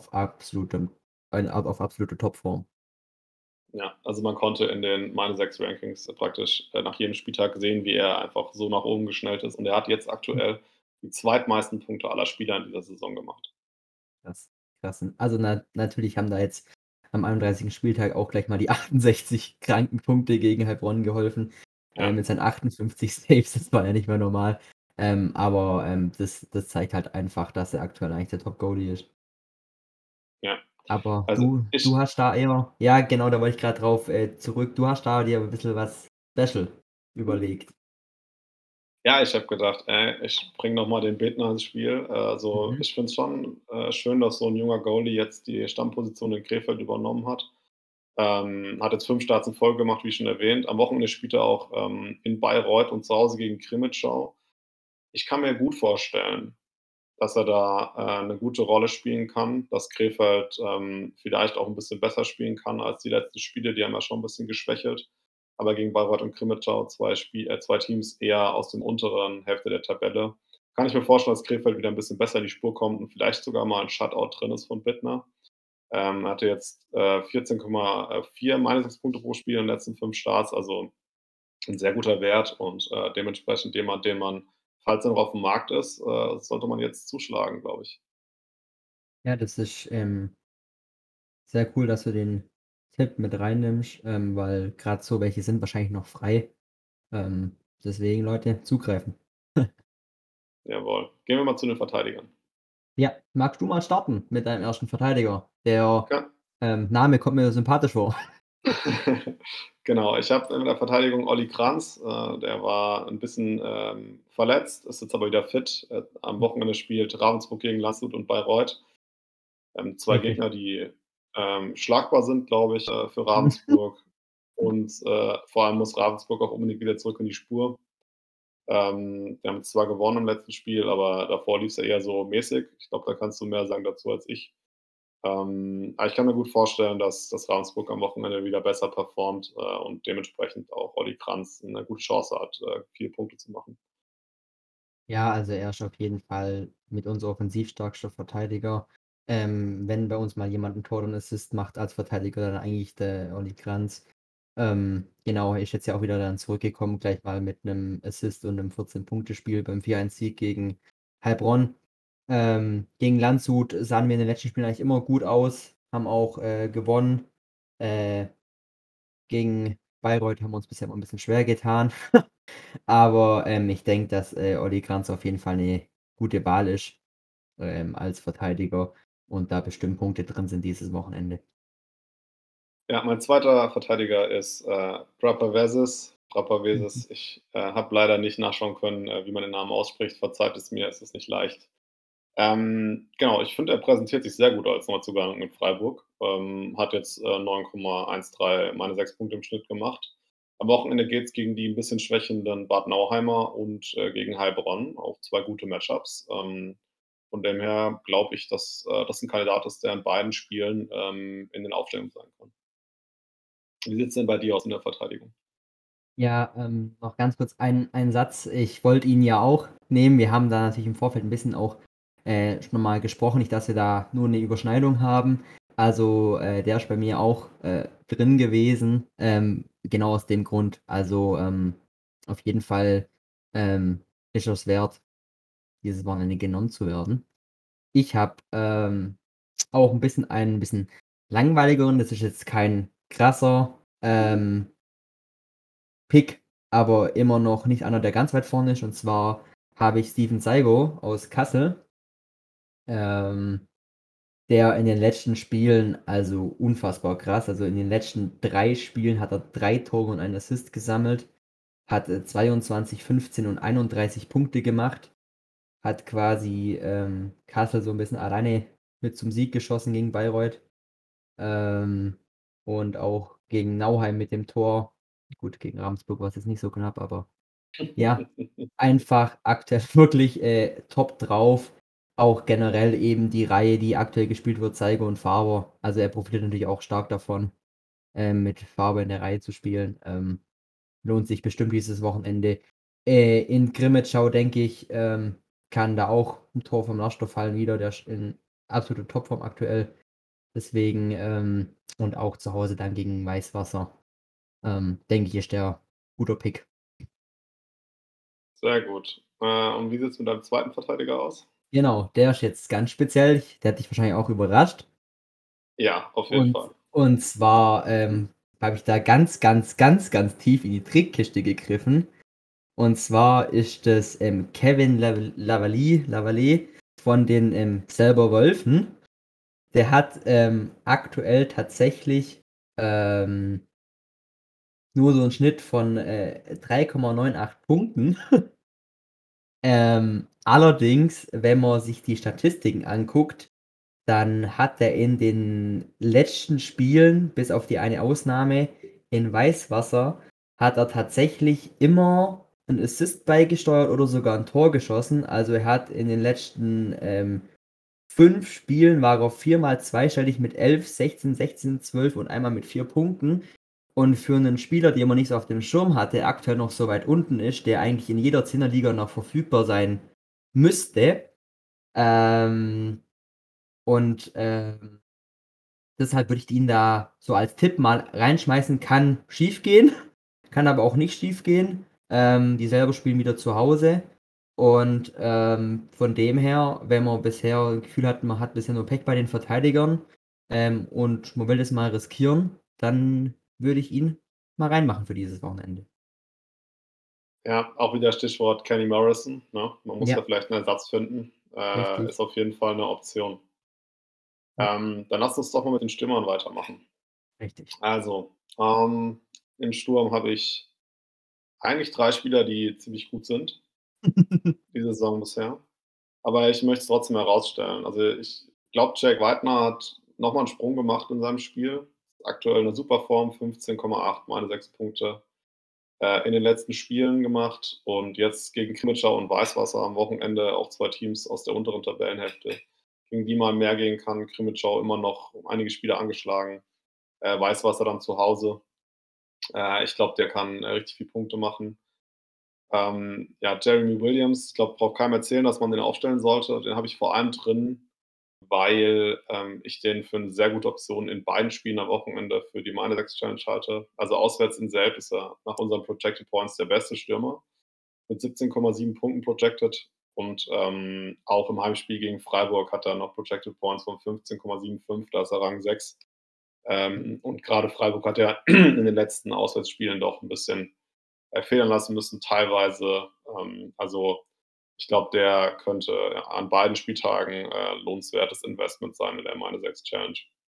Speaker 2: auf absoluter Topform.
Speaker 1: Ja, also man konnte in den meine 6 Rankings praktisch, nach jedem Spieltag sehen, wie er einfach so nach oben geschnellt ist. Und er hat jetzt aktuell die zweitmeisten Punkte aller Spieler in dieser Saison gemacht.
Speaker 2: Krass, krass. Also, natürlich haben da jetzt am 31. Spieltag auch gleich mal die 68 kranken Punkte gegen Heilbronn geholfen,
Speaker 1: Ja,
Speaker 2: mit seinen 58 Saves, das war ja nicht mehr normal. Aber, das zeigt halt einfach, dass er aktuell eigentlich der Top-Goalie ist.
Speaker 1: ja.
Speaker 2: Aber
Speaker 1: Also
Speaker 2: du
Speaker 1: ich
Speaker 2: hast da eher ja, genau, da wollte ich grad drauf, zurück. Du hast da dir 'n bisschen was Special überlegt.
Speaker 1: ja, ich habe gedacht, ich bringe noch mal den Bildner ins Spiel. Also,
Speaker 2: Mhm.
Speaker 1: ich finde es schon, schön, dass so 'n junger Goalie jetzt die Stammposition in Krefeld übernommen hat. Hat jetzt 5 Starts in Folge gemacht, wie schon erwähnt. Am Wochenende spielt er auch, in Bayreuth und zu Hause gegen Crimmitschau. Ich kann mir gut vorstellen, dass er da, 'ne gute Rolle spielen kann, dass Krefeld, vielleicht auch 'n bisschen besser spielen kann als die letzten Spiele. Die haben ja schon 'n bisschen geschwächelt. Aber gegen Bayreuth und Crimmitschau 2 Teams eher aus dem unteren Hälfte der Tabelle. kann ich mir vorstellen, dass Krefeld wieder ein bisschen besser in die Spur kommt und vielleicht sogar mal ein Shutout drin ist von Bittner. Er hatte jetzt 14,4 meine 6 Punkte pro Spiel in den letzten 5 Starts, also ein sehr guter Wert und dementsprechend jemand, den man, falls er noch auf dem Markt ist, sollte man jetzt zuschlagen, glaube ich.
Speaker 2: Ja, das ist, sehr cool, dass du den Tipp mit reinnimmst, weil gerade so welche sind wahrscheinlich noch frei. Deswegen Leute, zugreifen.
Speaker 1: Jawohl. Gehen wir mal zu den Verteidigern.
Speaker 2: Ja, magst du mal starten mit deinem ersten Verteidiger? Der,
Speaker 1: Ja.
Speaker 2: Name kommt mir sympathisch vor.
Speaker 1: Genau, ich habe in der Verteidigung Olli Kranz, der war ein bisschen, verletzt, ist jetzt aber wieder fit. Am Wochenende spielt Ravensburg gegen Landshut und Bayreuth. 2
Speaker 2: Wirklich.
Speaker 1: Gegner, die, schlagbar sind, glaube ich, für Ravensburg. Und, vor allem muss Ravensburg auch unbedingt wieder zurück in die Spur. Die haben zwar gewonnen im letzten Spiel, aber davor lief es ja eher so mäßig. Ich glaube, da kannst du mehr sagen dazu als ich. Aber ich kann mir gut vorstellen, dass Ravensburg am Wochenende wieder besser performt, und dementsprechend auch Olli Kranz 'ne gute Chance hat, 4 Punkte zu machen.
Speaker 2: Ja, also er ist auf jeden Fall mit unser offensiv stärkster Verteidiger. Wenn bei uns mal jemand 'n Tor und Assist macht als Verteidiger, dann eigentlich der Olli Kranz. Genau, er ist jetzt ja auch wieder dann zurückgekommen, gleich mal mit 'nem Assist und 'nem 14-Punkte-Spiel beim 4:1 Sieg gegen Heilbronn. Gegen Landshut sahen wir in den letzten Spielen eigentlich immer gut aus, haben auch, gewonnen. Äh, Gegen Bayreuth haben wir uns bisher immer 'n bisschen schwer getan. Aber, ich denke, dass, Olli Kranz auf jeden Fall 'ne gute Wahl ist, als Verteidiger und da bestimmt Punkte drin sind dieses Wochenende.
Speaker 1: Ja, mein zweiter Verteidiger ist, Prapavesis.
Speaker 2: Mhm.
Speaker 1: Prapavesis, ich, habe leider nicht nachschauen können, wie man den Namen ausspricht. Verzeiht es mir, es ist nicht leicht. Genau, ich finde, er präsentiert sich sehr gut als Neuzugang mit Freiburg. Hat jetzt, 9,13 meine 6 Punkte im Schnitt gemacht. Am Wochenende geht's gegen die ein bisschen schwächenden Bad Nauheimer und, gegen Heilbronn, auch 2 gute Matchups. Von dem her glaube ich, dass, das 'n Kandidat ist, der in beiden Spielen, in den Aufstellungen sein kann. Wie sieht's denn bei dir aus in der Verteidigung?
Speaker 2: Ja, noch ganz kurz ein Satz. Ich wollte ihn ja auch nehmen. Wir haben da natürlich im Vorfeld 'n bisschen auch, schon mal gesprochen, nicht, dass wir da nur 'ne Überschneidung haben. Also, der ist bei mir auch, drin gewesen, genau aus dem Grund. Also, auf jeden Fall, ist es wert, dieses Wochenende genommen zu werden. Ich habe, auch 'n bisschen einen bisschen langweiligeren, das ist jetzt kein krasser, Pick, aber immer noch nicht einer, der ganz weit vorne ist. Und zwar habe ich Steven Saigo aus Kassel, ähm, der in den letzten Spielen also unfassbar krass, also in den letzten 3 Spielen hat er 3 Tore und einen Assist gesammelt, hat, 22, 15 und 31 Punkte gemacht, hat quasi, Kassel so 'n bisschen alleine mit zum Sieg geschossen gegen Bayreuth, ähm, und auch gegen Nauheim mit dem Tor. Gut, gegen Ravensburg war's jetzt nicht so knapp, aber ja, einfach aktuell wirklich, top drauf. Auch generell eben die Reihe, die aktuell gespielt wird, Saigo und Faber. Also, er profitiert natürlich auch stark davon, mit Faber in der Reihe zu spielen. Lohnt sich bestimmt dieses Wochenende. In Grimmitschau, denke ich, kann da auch 'n Tor vom Laschter fallen wieder. Der ist in absoluter Topform aktuell. Deswegen, und auch zu Hause dann gegen Weißwasser, denke ich, ist der guter Pick.
Speaker 1: Sehr gut. Und wie sieht's mit deinem zweiten Verteidiger aus?
Speaker 2: Genau, der ist jetzt ganz speziell. Der hat dich wahrscheinlich auch überrascht.
Speaker 1: Ja, auf jeden
Speaker 2: Und
Speaker 1: Fall.
Speaker 2: und zwar, habe ich da ganz, ganz, ganz, ganz tief in die Trickkiste gegriffen. Und zwar ist das, Kevin Lavallee von den, Selber Wölfen. Der hat, aktuell tatsächlich, ähm, nur so 'n Schnitt von, 3,98 Punkten. Allerdings, wenn man sich die Statistiken anguckt, dann hat er in den letzten Spielen, bis auf die eine Ausnahme in Weißwasser, hat er tatsächlich immer 'n Assist beigesteuert oder sogar 'n Tor geschossen. Also, er hat in den letzten, 5 Spielen war er viermal zweistellig mit 11, 16, 16, 12 und einmal mit 4 Punkten. Und für 'nen Spieler, den man nicht so auf dem Schirm hat, der aktuell noch so weit unten ist, der eigentlich in jeder Zehnerliga noch verfügbar sein müsste. Und deshalb würde ich ihn da so als Tipp mal reinschmeißen. Kann schiefgehen, kann aber auch nicht schiefgehen. Die selber spielen wieder zu Hause. Und von dem her, wenn man bisher das Gefühl hat, man hat bisher nur Pech bei den Verteidigern und man will das mal riskieren, dann würde ich ihn mal reinmachen für dieses Wochenende.
Speaker 1: Ja, auch wieder Stichwort Kenny Morrison, ne? Man muss da
Speaker 2: Ja,
Speaker 1: vielleicht 'n Ersatz finden. Ist
Speaker 2: richtig.
Speaker 1: auf jeden Fall 'ne Option.
Speaker 2: Ja,
Speaker 1: Dann lass uns doch mal mit den Stürmern weitermachen.
Speaker 2: richtig.
Speaker 1: Also, im Sturm habe ich eigentlich 3 Spieler, die ziemlich gut sind, die Saison bisher. Aber ich möchte es trotzdem herausstellen. Also, ich glaube, Jack Whitener hat noch mal 'n Sprung gemacht in seinem Spiel. Aktuell 'ne super Form, 15,8, meine 6 Punkte, in den letzten Spielen gemacht und jetzt gegen Krimitschau und Weißwasser am Wochenende auch 2 Teams aus der unteren Tabellenhälfte, gegen die man mehr gehen kann. Krimitschau immer noch um einige Spieler angeschlagen, Weißwasser dann zu Hause. Ich glaube, der kann, richtig viel Punkte machen. Ja, Jeremy Williams, ich glaube, braucht keinem erzählen, dass man den aufstellen sollte. Den habe ich vor allem drin, weil, ich den für 'ne sehr gute Option in beiden Spielen am Wochenende für die Meine 6 Challenge halte. Also, auswärts in Selb ist er nach unseren Projected Points der beste Stürmer mit 17,7 Punkten projected und, auch im Heimspiel gegen Freiburg hat er noch Projected Points von 15,75, da ist er Rang 6. Und grade Freiburg hat ja in den letzten Auswärtsspielen doch 'n bisschen, federn lassen müssen teilweise. Also, ich glaube, der könnte an beiden Spieltagen, lohnenswertes Investment sein in der Meine 6 Challenge.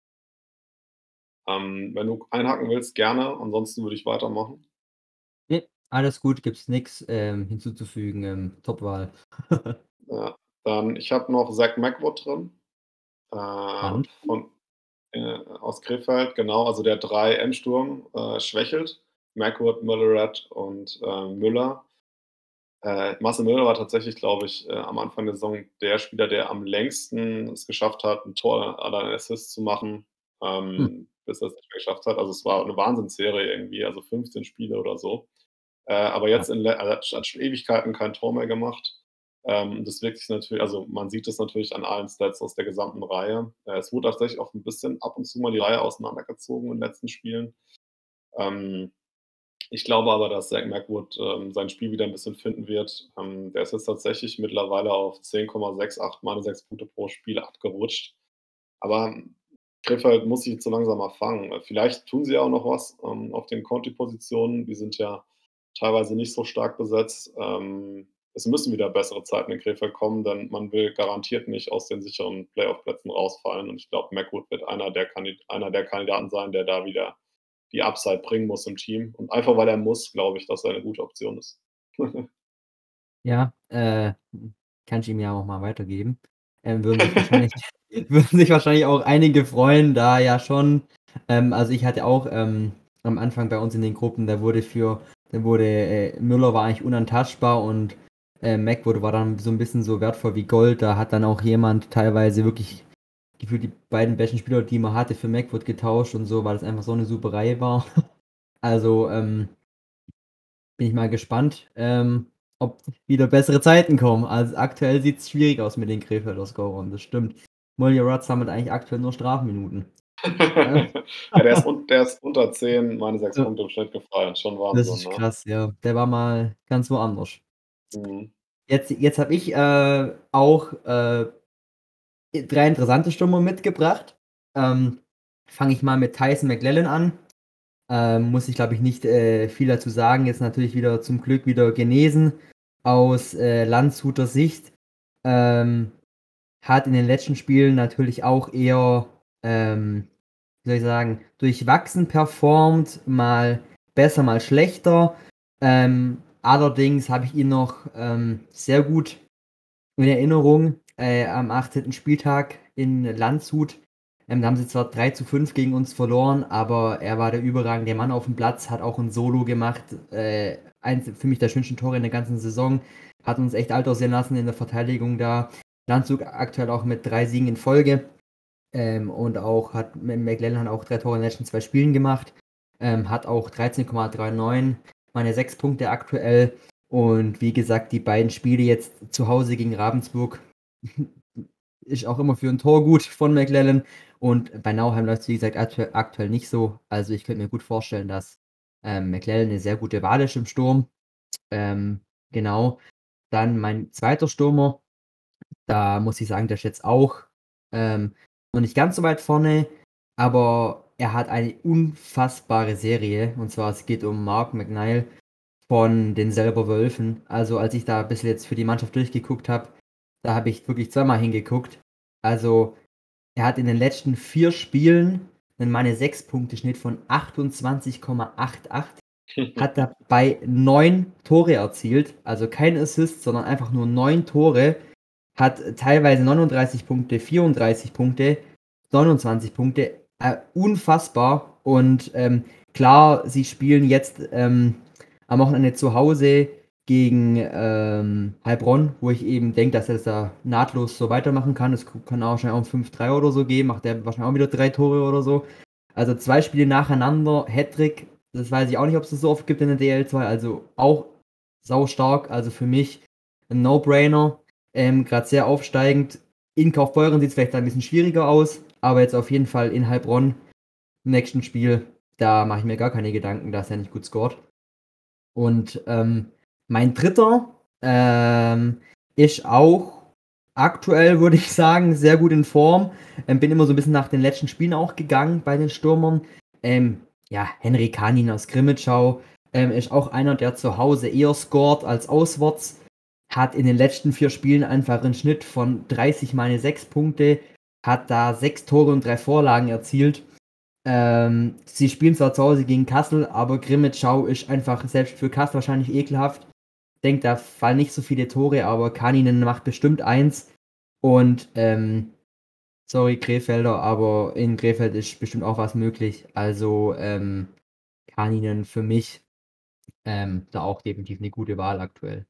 Speaker 1: Wenn du einhaken willst, gerne, ansonsten würde ich weitermachen.
Speaker 2: Ne, alles gut, gibt's nix, hinzuzufügen, Top-Wahl.
Speaker 1: Ja, dann ich habe noch Zach Macwood drin,
Speaker 2: Spannend.
Speaker 1: von aus Krefeld, genau, also der 3 M-Sturm, schwächelt. Macwood, Müllerath und, Müller. Marcel Müller war tatsächlich, glaube ich, am Anfang der Saison der Spieler, der am längsten es geschafft hat, 'n Tor oder 'n Assist zu machen,
Speaker 2: Hm,
Speaker 1: bis er's nicht mehr geschafft hat. Also, es war 'ne Wahnsinnsserie irgendwie, also 15 Spiele oder so. Aber
Speaker 2: krass.
Speaker 1: jetzt hat schon Ewigkeiten kein Tor mehr gemacht. Das wirkt sich natürlich, also, man sieht es natürlich an allen Stats aus der gesamten Reihe. Es wurde tatsächlich auch 'n bisschen ab und zu mal die Reihe auseinandergezogen in den letzten Spielen. Ähm Ich glaube aber, dass Zach Macwood, sein Spiel wieder 'n bisschen finden wird. Der ist jetzt tatsächlich mittlerweile auf 10,68 meine 6 Punkte pro Spiel abgerutscht. Aber Krefeld muss sich jetzt so langsam mal fangen. Vielleicht tun sie ja auch noch was, auf den Conti-Positionen. Die sind ja teilweise nicht so stark besetzt. Es müssen wieder bessere Zeiten in Krefeld kommen, denn man will garantiert nicht aus den sicheren Playoff-Plätzen rausfallen. Und ich glaube, Macwood wird einer der Kandidaten sein, der da wieder die Upside bringen muss im Team. Und einfach weil er muss, glaube ich, dass er 'ne gute Option ist.
Speaker 2: Ja, kann ich ihm ja auch mal weitergeben. Würden sich wahrscheinlich würden sich wahrscheinlich auch einige freuen, da ja schon also, ich hatte auch, am Anfang bei uns in den Gruppen, Müller war eigentlich unantastbar und, Macwood war dann so 'n bisschen so wertvoll wie Gold. Da hat dann auch jemand teilweise wirklich gefühlt die beiden besten Spieler, die man hatte, für Macwood getauscht und so, weil das einfach so 'ne super Reihe war. Also, bin ich mal gespannt, ob wieder bessere Zeiten kommen. Also, aktuell sieht's schwierig aus mit den Krefelder Scorern, das stimmt. Molia sammelt eigentlich aktuell nur Strafminuten. Ja.
Speaker 1: Ja, der ist unter 10 meine 6
Speaker 2: Ja,
Speaker 1: Punkte im Schnitt gefallen. Schon
Speaker 2: das
Speaker 1: Wahnsinn,
Speaker 2: ist
Speaker 1: ne?
Speaker 2: krass, ja. Der war mal ganz woanders.
Speaker 1: Mhm.
Speaker 2: Jetzt habe ich, auch, 3 interessante Stürmer mitgebracht. Ähm, Fange ich mal mit Tyson McLellan an. Muss ich, glaube ich, nicht, viel dazu sagen. Jetzt natürlich wieder zum Glück wieder genesen aus, Landshuter Sicht. Ähm, Hat in den letzten Spielen natürlich auch eher, wie soll ich sagen, durchwachsen performt, mal besser, mal schlechter. Allerdings habe ich ihn noch, sehr gut in Erinnerung, am 18. Spieltag in Landshut. Da haben sie zwar 3:5 gegen uns verloren, aber er war der überragende Mann auf dem Platz, hat auch 'n Solo gemacht, eins für mich der schönsten Tore in der ganzen Saison, hat uns echt alt aussehen lassen in der Verteidigung da. Landshut aktuell auch mit 3 Siegen in Folge, und auch hat McLellan hat auch 3 Tore in den letzten 2 Spielen gemacht, hat auch 13,39, meine 6 Punkte aktuell Und wie gesagt, die beiden Spiele jetzt zu Hause gegen Ravensburg ist auch immer für ein Tor gut von McLellan. Und bei Nauheim läuft's, wie gesagt, aktuell nicht so. Also, ich könnte mir gut vorstellen, dass, McLellan 'ne sehr gute Wahl ist im Sturm. Ähm, genau. Dann mein zweiter Stürmer, da muss ich sagen, der ist jetzt auch, ähm, noch nicht ganz so weit vorne, aber er hat eine unfassbare Serie. Und zwar, es geht um Mark McNeil von den Selber Wölfen. Also, als ich da ein bisschen jetzt für die Mannschaft durchgeguckt habe, da habe ich wirklich zweimal hingeguckt. Also, er hat in den letzten 4 Spielen 'nen Meine-6-Punkte-Schnitt von 28,88, hat dabei 9 Tore erzielt, also kein Assist, sondern einfach nur 9 Tore, hat teilweise 39 Punkte, 34 Punkte, 29 Punkte, unfassbar. Und, klar, sie spielen jetzt, am Wochenende zu Hause gegen, Heilbronn, wo ich eben denke, dass er das da nahtlos so weitermachen kann. Es kann auch wahrscheinlich auch 'n 5-3 oder so geben, macht der wahrscheinlich auch wieder 3 Tore oder so. Also 2 Spiele nacheinander, Hattrick, das weiß ich auch nicht, ob's das so oft gibt in der DL2, also auch saustark. Also für mich 'n No-Brainer, grad sehr aufsteigend. In Kaufbeuren sieht's vielleicht da 'n bisschen schwieriger aus, aber jetzt auf jeden Fall in Heilbronn im nächsten Spiel, da mache ich mir gar keine Gedanken, dass er nicht gut scored. Und, mein dritter, ist auch aktuell, würde ich sagen, sehr gut in Form. Bin immer so 'n bisschen nach den letzten Spielen auch gegangen bei den Stürmern. Ja, Henry Kaanin aus Grimmitschau, ist auch einer, der zu Hause eher scored als auswärts. Hat in den letzten 4 Spielen einfach 'n Schnitt von 30 Meine-6 Punkte, hat da 6 Tore und 3 Vorlagen erzielt. Sie spielen zwar zu Hause gegen Kassel, aber Grimmitschau ist einfach selbst für Kassel wahrscheinlich ekelhaft. Denke, da fallen nicht so viele Tore, aber Kaaninen macht bestimmt eins. Und, sorry Krefelder, aber in Krefeld ist bestimmt auch was möglich. Also, Kaaninen für mich, da auch definitiv 'ne gute Wahl aktuell.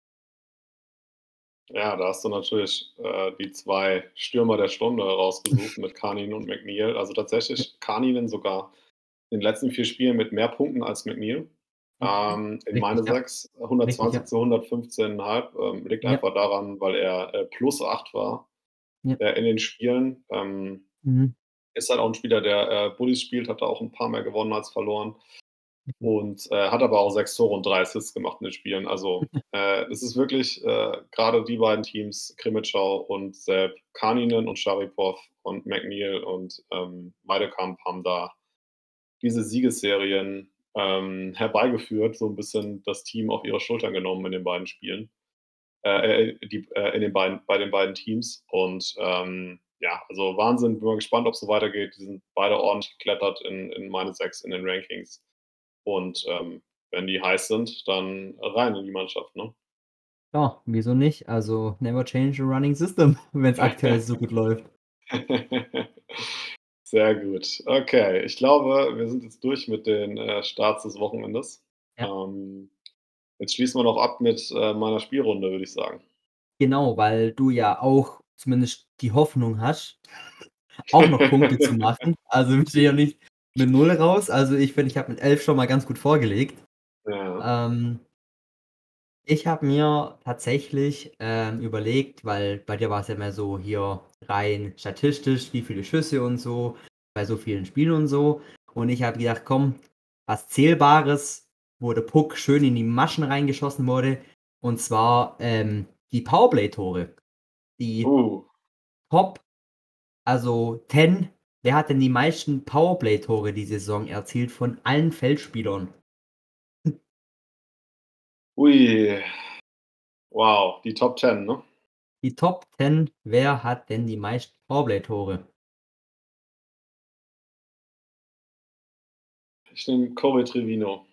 Speaker 1: Ja, da hast du natürlich, die 2 Stürmer der Stunde rausgesucht mit Kaanin und McNeil. Also,
Speaker 2: Ja,
Speaker 1: tatsächlich Kaaninen sogar in den letzten 4 Spielen mit mehr Punkten als McNeil.
Speaker 2: mhm.
Speaker 1: In
Speaker 2: Richtig,
Speaker 1: meine
Speaker 2: ja.
Speaker 1: 6,
Speaker 2: Richtig,
Speaker 1: 120
Speaker 2: ja.
Speaker 1: zu 115,5, liegt
Speaker 2: Ja,
Speaker 1: einfach daran, weil er, +8 war,
Speaker 2: ja.
Speaker 1: in den Spielen.
Speaker 2: Mhm.
Speaker 1: Ist halt auch 'n Spieler, der, Bullies spielt, hat da auch 'n paar mehr gewonnen als verloren.
Speaker 2: Mhm.
Speaker 1: Und, hat aber auch 6 Tore und 3 Assists gemacht in den Spielen. Also, es ist wirklich, grade die beiden Teams, Krimitschau und Selb, Kaaninen und Scharipow und McNeil und, Weidekamp haben da diese Siegesserien, herbeigeführt, so 'n bisschen das Team auf ihre Schultern genommen in den beiden Spielen. In den beiden bei den beiden Teams. Und, ja, also Wahnsinn, bin mal gespannt, ob's so weitergeht. Die sind beide ordentlich geklettert in meine 6 in den Rankings. Und, wenn die heiß sind, dann rein in die Mannschaft, ne?
Speaker 2: Ja, wieso nicht? Also, never change a running system, wenn's aktuell so gut läuft.
Speaker 1: Sehr gut. Okay, ich glaube, wir sind jetzt durch mit den, Starts des Wochenendes.
Speaker 2: Ja.
Speaker 1: Ähm, Jetzt schließen wir noch ab mit, meiner Spielrunde, würde ich sagen.
Speaker 2: Genau, weil du ja auch zumindest die Hoffnung hast, auch noch Punkte zu machen. Also, wir stehen ja nicht mit 0 raus. Also, ich finde, ich habe mit 11 schon mal ganz gut vorgelegt.
Speaker 1: Ja.
Speaker 2: Ähm, Ich habe mir tatsächlich, überlegt, weil bei dir war es ja mehr so hier rein statistisch, wie viele Schüsse und so, bei so vielen Spielen und so. Und ich habe gedacht: „Komm, was Zählbares, wo der Puck schön in die Maschen reingeschossen wurde." Und zwar, die Powerplay-Tore. Die
Speaker 1: Uh,
Speaker 2: Top, also 10. Wer hat denn die meisten Powerplay-Tore die Saison erzielt von allen Feldspielern?
Speaker 1: ui, wow, die Top 10, ne?
Speaker 2: Die Top 10, wer hat denn die meisten Powerplay-Tore?
Speaker 1: Ich nehme Corey Trevino.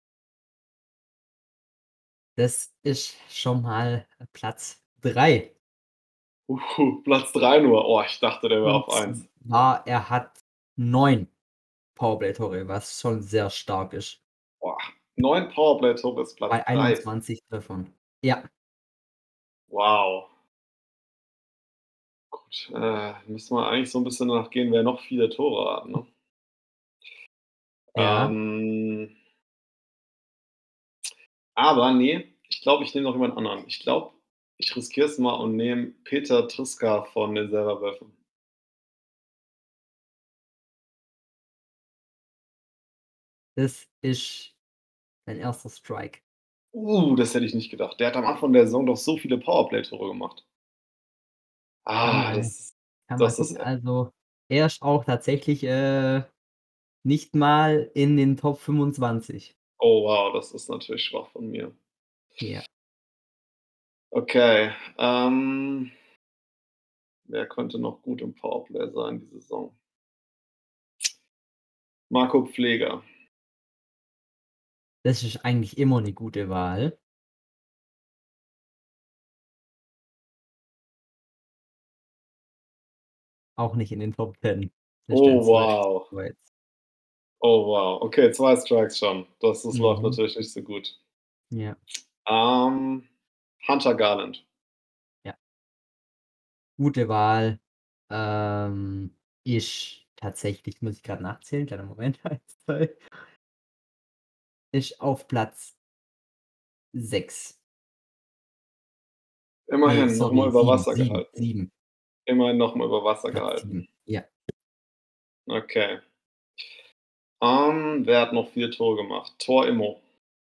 Speaker 2: Das ist schon mal Platz 3.
Speaker 1: Platz 3 nur. Oh, ich dachte, der wäre
Speaker 2: Und
Speaker 1: auf 1.
Speaker 2: zwar, er hat 9 Powerplay-Tore, was schon sehr stark ist,
Speaker 1: Boah, 9 Powerplay-Tore ist Platz
Speaker 2: bei
Speaker 1: 3.
Speaker 2: 21 Treffern. Ja,
Speaker 1: Wow. Gut, müsste man eigentlich so 'n bisschen danach gehen, wer noch viele Tore hat, ne?
Speaker 2: ja,
Speaker 1: Ähm, aber ne, ich glaube, ich nehme noch jemand anderen. Ich glaube, ich riskiere es mal und nehme Peter Triska von den Selberwölfen.
Speaker 2: Das ist dein erster Strike.
Speaker 1: Das hätte ich nicht gedacht. Der hat am Anfang der Saison doch so viele Powerplay-Tore gemacht.
Speaker 2: Kann,
Speaker 1: Ah, das
Speaker 2: kann mal
Speaker 1: das ist
Speaker 2: gucken. Also, er ist auch tatsächlich, nicht mal in den Top 25.
Speaker 1: oh wow, das ist natürlich schwach von mir.
Speaker 2: Ja.
Speaker 1: Okay, wer könnte noch gut im Powerplay sein die Saison? Marco Pfleger.
Speaker 2: Das ist eigentlich immer 'ne gute Wahl. Auch nicht in den Top 10. Das ist dein
Speaker 1: Oh
Speaker 2: zweites
Speaker 1: wow.
Speaker 2: jetzt.
Speaker 1: Oh wow. Okay, 2 Strikes schon. Das läuft
Speaker 2: Mhm.
Speaker 1: natürlich nicht so gut.
Speaker 2: Ja,
Speaker 1: Ähm, Hunter Garland.
Speaker 2: ja. Gute Wahl. Ist tatsächlich muss ich grad nachzählen, kleiner Moment, 1, 2, ist auf Platz 6. Ne,
Speaker 1: Immerhin noch mal
Speaker 2: sorry,
Speaker 1: über
Speaker 2: 7,
Speaker 1: Wasser
Speaker 2: 7,
Speaker 1: gehalten.
Speaker 2: 7.
Speaker 1: Immerhin noch mal über Wasser
Speaker 2: Platz
Speaker 1: gehalten.
Speaker 2: 7. Ja.
Speaker 1: Okay. Wer hat noch 4 Tore gemacht? Tor Immo.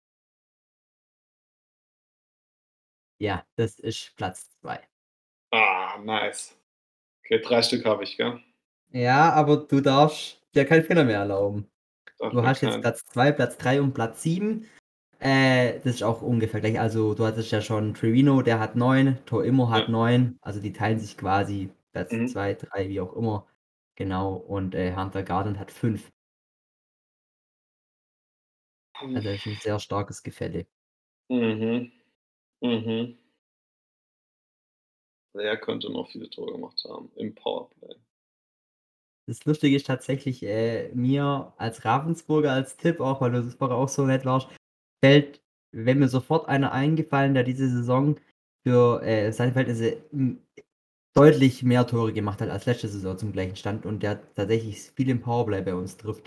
Speaker 2: Ja, das ist Platz 2.
Speaker 1: Ah, nice. Okay, 3 Stück habe ich, gell?
Speaker 2: Ja, aber du darfst dir keinen Fehler mehr erlauben.
Speaker 1: Darf
Speaker 2: Du
Speaker 1: mir
Speaker 2: hast jetzt
Speaker 1: keinen
Speaker 2: Platz 2, Platz 3 und Platz 7. Das ist auch ungefähr gleich. Also, du hattest ja schon Trevino, der hat 9, Tor Immo
Speaker 1: ja,
Speaker 2: hat 9. Also, die teilen sich quasi Platz
Speaker 1: mhm.
Speaker 2: 2, 3, wie auch immer. Genau, und, Hunter Garden hat 5. Also, das ist 'n sehr starkes Gefälle.
Speaker 1: Mhm, mhm. Wer könnte noch viele Tore gemacht haben im Powerplay?
Speaker 2: Das Lustige ist tatsächlich, mir als Ravensburger als Tipp auch, weil du das vorher auch so nett warst, wäre mir sofort einer eingefallen, der diese Saison für, seine Verhältnisse, deutlich mehr Tore gemacht hat als letzte Saison zum gleichen Stand und der tatsächlich viel im Powerplay bei uns trifft.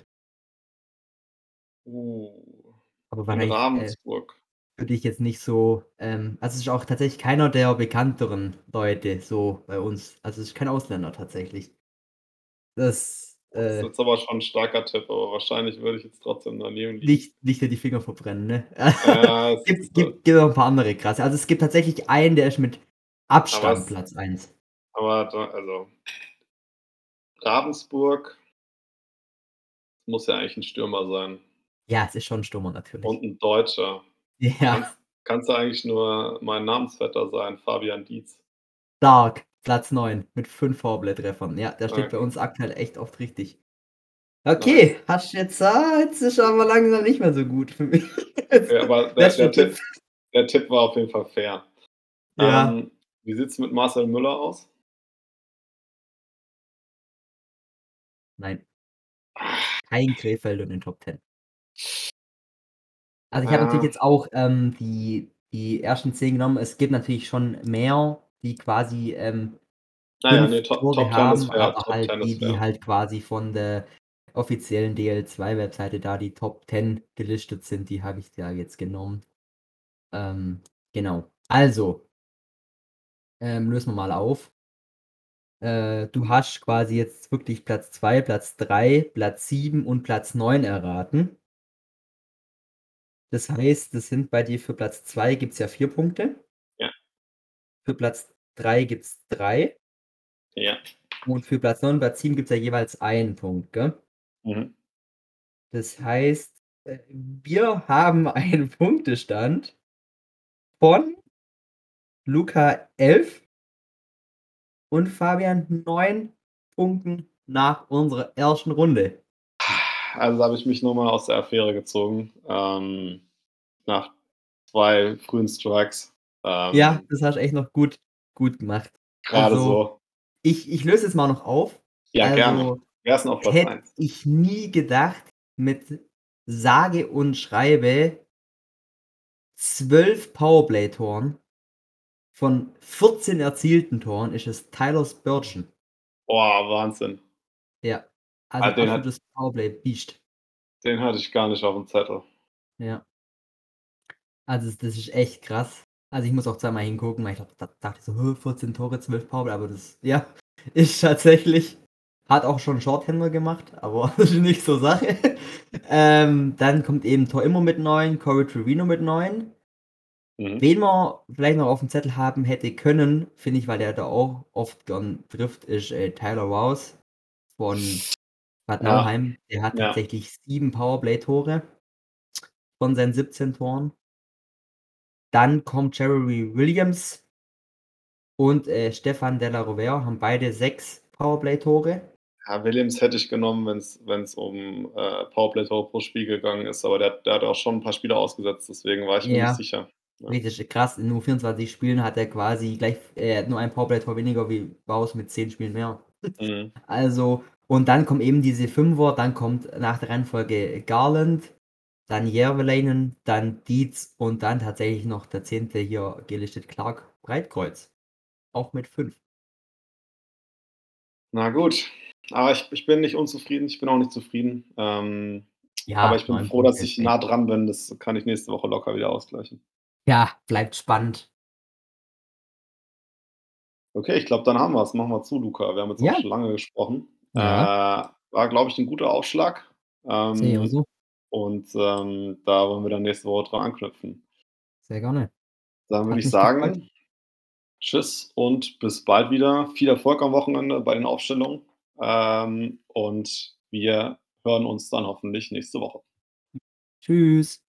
Speaker 1: Uh,
Speaker 2: Aber
Speaker 1: in
Speaker 2: wahrscheinlich,
Speaker 1: Ravensburg.
Speaker 2: für dich jetzt nicht so, also, es ist auch tatsächlich keiner der bekannteren Leute so bei uns. Also, es ist kein Ausländer tatsächlich. Das,
Speaker 1: Das ist jetzt aber schon 'n starker Tipp, aber wahrscheinlich würde ich jetzt trotzdem daneben liegen.
Speaker 2: nicht dir die Finger verbrennen, ne?
Speaker 1: Ja, es ist,
Speaker 2: Gibt noch 'n paar andere krasse. Also, es gibt tatsächlich einen, der ist mit
Speaker 1: aber
Speaker 2: Abstand
Speaker 1: es
Speaker 2: Platz 1.
Speaker 1: aber da also, Ravensburg muss ja eigentlich 'n Stürmer sein
Speaker 2: Ja, es ist schon 'n Stürmer
Speaker 1: und
Speaker 2: natürlich.
Speaker 1: 'n Deutscher.
Speaker 2: Ja,
Speaker 1: Kann's ja eigentlich nur mein Namensvetter sein, Fabian Dietz.
Speaker 2: stark. Platz 9 mit 5 Powerplay-Treffern. Ja, der steht bei
Speaker 1: Okay,
Speaker 2: uns aktuell echt oft richtig.
Speaker 1: nice.
Speaker 2: Okay, hast jetzt jetzt ist aber langsam nicht mehr so gut für mich.
Speaker 1: Okay, aber der
Speaker 2: Letzter Tipp.
Speaker 1: Tipp war auf jeden Fall fair.
Speaker 2: Ja,
Speaker 1: Wie sieht's mit Marcel Müller aus?
Speaker 2: nein, kein Krefeld in den Top 10. Also, ich habe natürlich
Speaker 1: Äh,
Speaker 2: jetzt auch, die ersten 10 genommen. Es gibt natürlich schon mehr, die quasi,
Speaker 1: na ja,
Speaker 2: 5
Speaker 1: ne,
Speaker 2: Tore
Speaker 1: Top 10 ist
Speaker 2: haben,
Speaker 1: fair.
Speaker 2: aber
Speaker 1: Top
Speaker 2: halt
Speaker 1: 10 ist
Speaker 2: die
Speaker 1: fair.
Speaker 2: halt quasi von der offiziellen DL2-Webseite da die Top 10 gelistet sind, die habe ich da jetzt genommen. Ähm, genau. Also, lösen wir mal auf. Du hast quasi jetzt wirklich Platz 2, Platz 3, Platz 7 und Platz 9 erraten. Das heißt, das sind bei dir für Platz 2 gibt's ja 4 Punkte,
Speaker 1: Ja,
Speaker 2: für Platz 3 gibt's 3
Speaker 1: ja.
Speaker 2: und für Platz 9 und Platz 7 gibt's ja jeweils einen Punkt, gell?
Speaker 1: Mhm.
Speaker 2: Das heißt, wir haben einen Punktestand von Luca 11 und Fabian 9 Punkten nach unserer ersten Runde.
Speaker 1: Also, da habe ich mich noch mal aus der Affäre gezogen, nach 2 frühen Strikes.
Speaker 2: Ja,
Speaker 1: Ähm,
Speaker 2: das hast du echt noch gut gemacht.
Speaker 1: grade
Speaker 2: Also,
Speaker 1: so.
Speaker 2: ich löse jetzt mal noch auf.
Speaker 1: Ja, gerne.
Speaker 2: Also,
Speaker 1: Wer ist denn auf Platz
Speaker 2: hätte
Speaker 1: 1?
Speaker 2: ich nie gedacht, mit sage und schreibe 12 Powerplay-Toren von 14 erzielten Toren ist es Tyler Spurgeon.
Speaker 1: Boah, Wahnsinn.
Speaker 2: Ja, also
Speaker 1: Ah,
Speaker 2: 'n absolutes Powerplay-Biest.
Speaker 1: den hatte ich gar nicht aufm Zettel.
Speaker 2: Ja, also das ist echt krass. Also, ich muss auch zweimal hingucken, weil ich da dachte so: 14 Tore, 12 Powerplay", aber das, ja, ist tatsächlich hat auch schon Shorthander gemacht, aber das ist nicht so Sache. Dann kommt eben Tor Immo mit 9, Corey Trevino mit 9.
Speaker 1: Mhm.
Speaker 2: Wen wir vielleicht noch auf dem Zettel haben hätte können, finde ich, weil der da auch oft gern trifft, ist, Tyler Rouse von Bad
Speaker 1: Ja,
Speaker 2: Nauheim. Der hat
Speaker 1: ja.
Speaker 2: tatsächlich 7 Powerplay-Tore von seinen 17 Toren. Dann kommt Jeremy Williams und, Stefan Della Rovere, haben beide 6 Powerplay-Tore.
Speaker 1: Ja, Williams hätte ich genommen, wenn's um, Powerplay-Tore pro Spiel gegangen ist, aber der hat auch schon 'n paar Spiele ausgesetzt, deswegen war ich mir nicht
Speaker 2: Ja,
Speaker 1: sicher. Ja.
Speaker 2: richtig krass. In nur 24 Spielen hat er quasi gleich nur ein Powerplay-Tor weniger wie Baus mit 10 Spielen mehr.
Speaker 1: Mhm.
Speaker 2: Also und dann kommen eben diese Fünfer, dann kommt nach der Reihenfolge Garland, dann Järveläinen, dann Dietz und dann tatsächlich noch der 10. hier gelistet, Clark Breitkreuz, auch mit 5.
Speaker 1: Na gut, aber ich bin nicht unzufrieden, ich bin auch nicht zufrieden. Aber
Speaker 2: Ja,
Speaker 1: ich bin
Speaker 2: 9
Speaker 1: froh, dass
Speaker 2: Punkte,
Speaker 1: ich
Speaker 2: ey.
Speaker 1: nah dran bin. Das kann ich nächste Woche locker wieder ausgleichen.
Speaker 2: Ja, bleibt spannend.
Speaker 1: Okay, ich glaube, dann haben wir's. Machen wir zu, Luca. Wir haben jetzt auch
Speaker 2: Ja,
Speaker 1: schon lange gesprochen.
Speaker 2: ja,
Speaker 1: War, glaube ich, 'n guter Aufschlag.
Speaker 2: sehe ich auch
Speaker 1: Ähm,
Speaker 2: so.
Speaker 1: da wollen wir dann nächste Woche dran anknüpfen.
Speaker 2: Sehr gerne.
Speaker 1: Dann würde
Speaker 2: Hat
Speaker 1: ich
Speaker 2: mich gefreut.
Speaker 1: sagen, tschüss und bis bald wieder. Viel Erfolg am Wochenende bei den Aufstellungen. Und wir hören uns dann hoffentlich nächste Woche.
Speaker 2: Tschüss.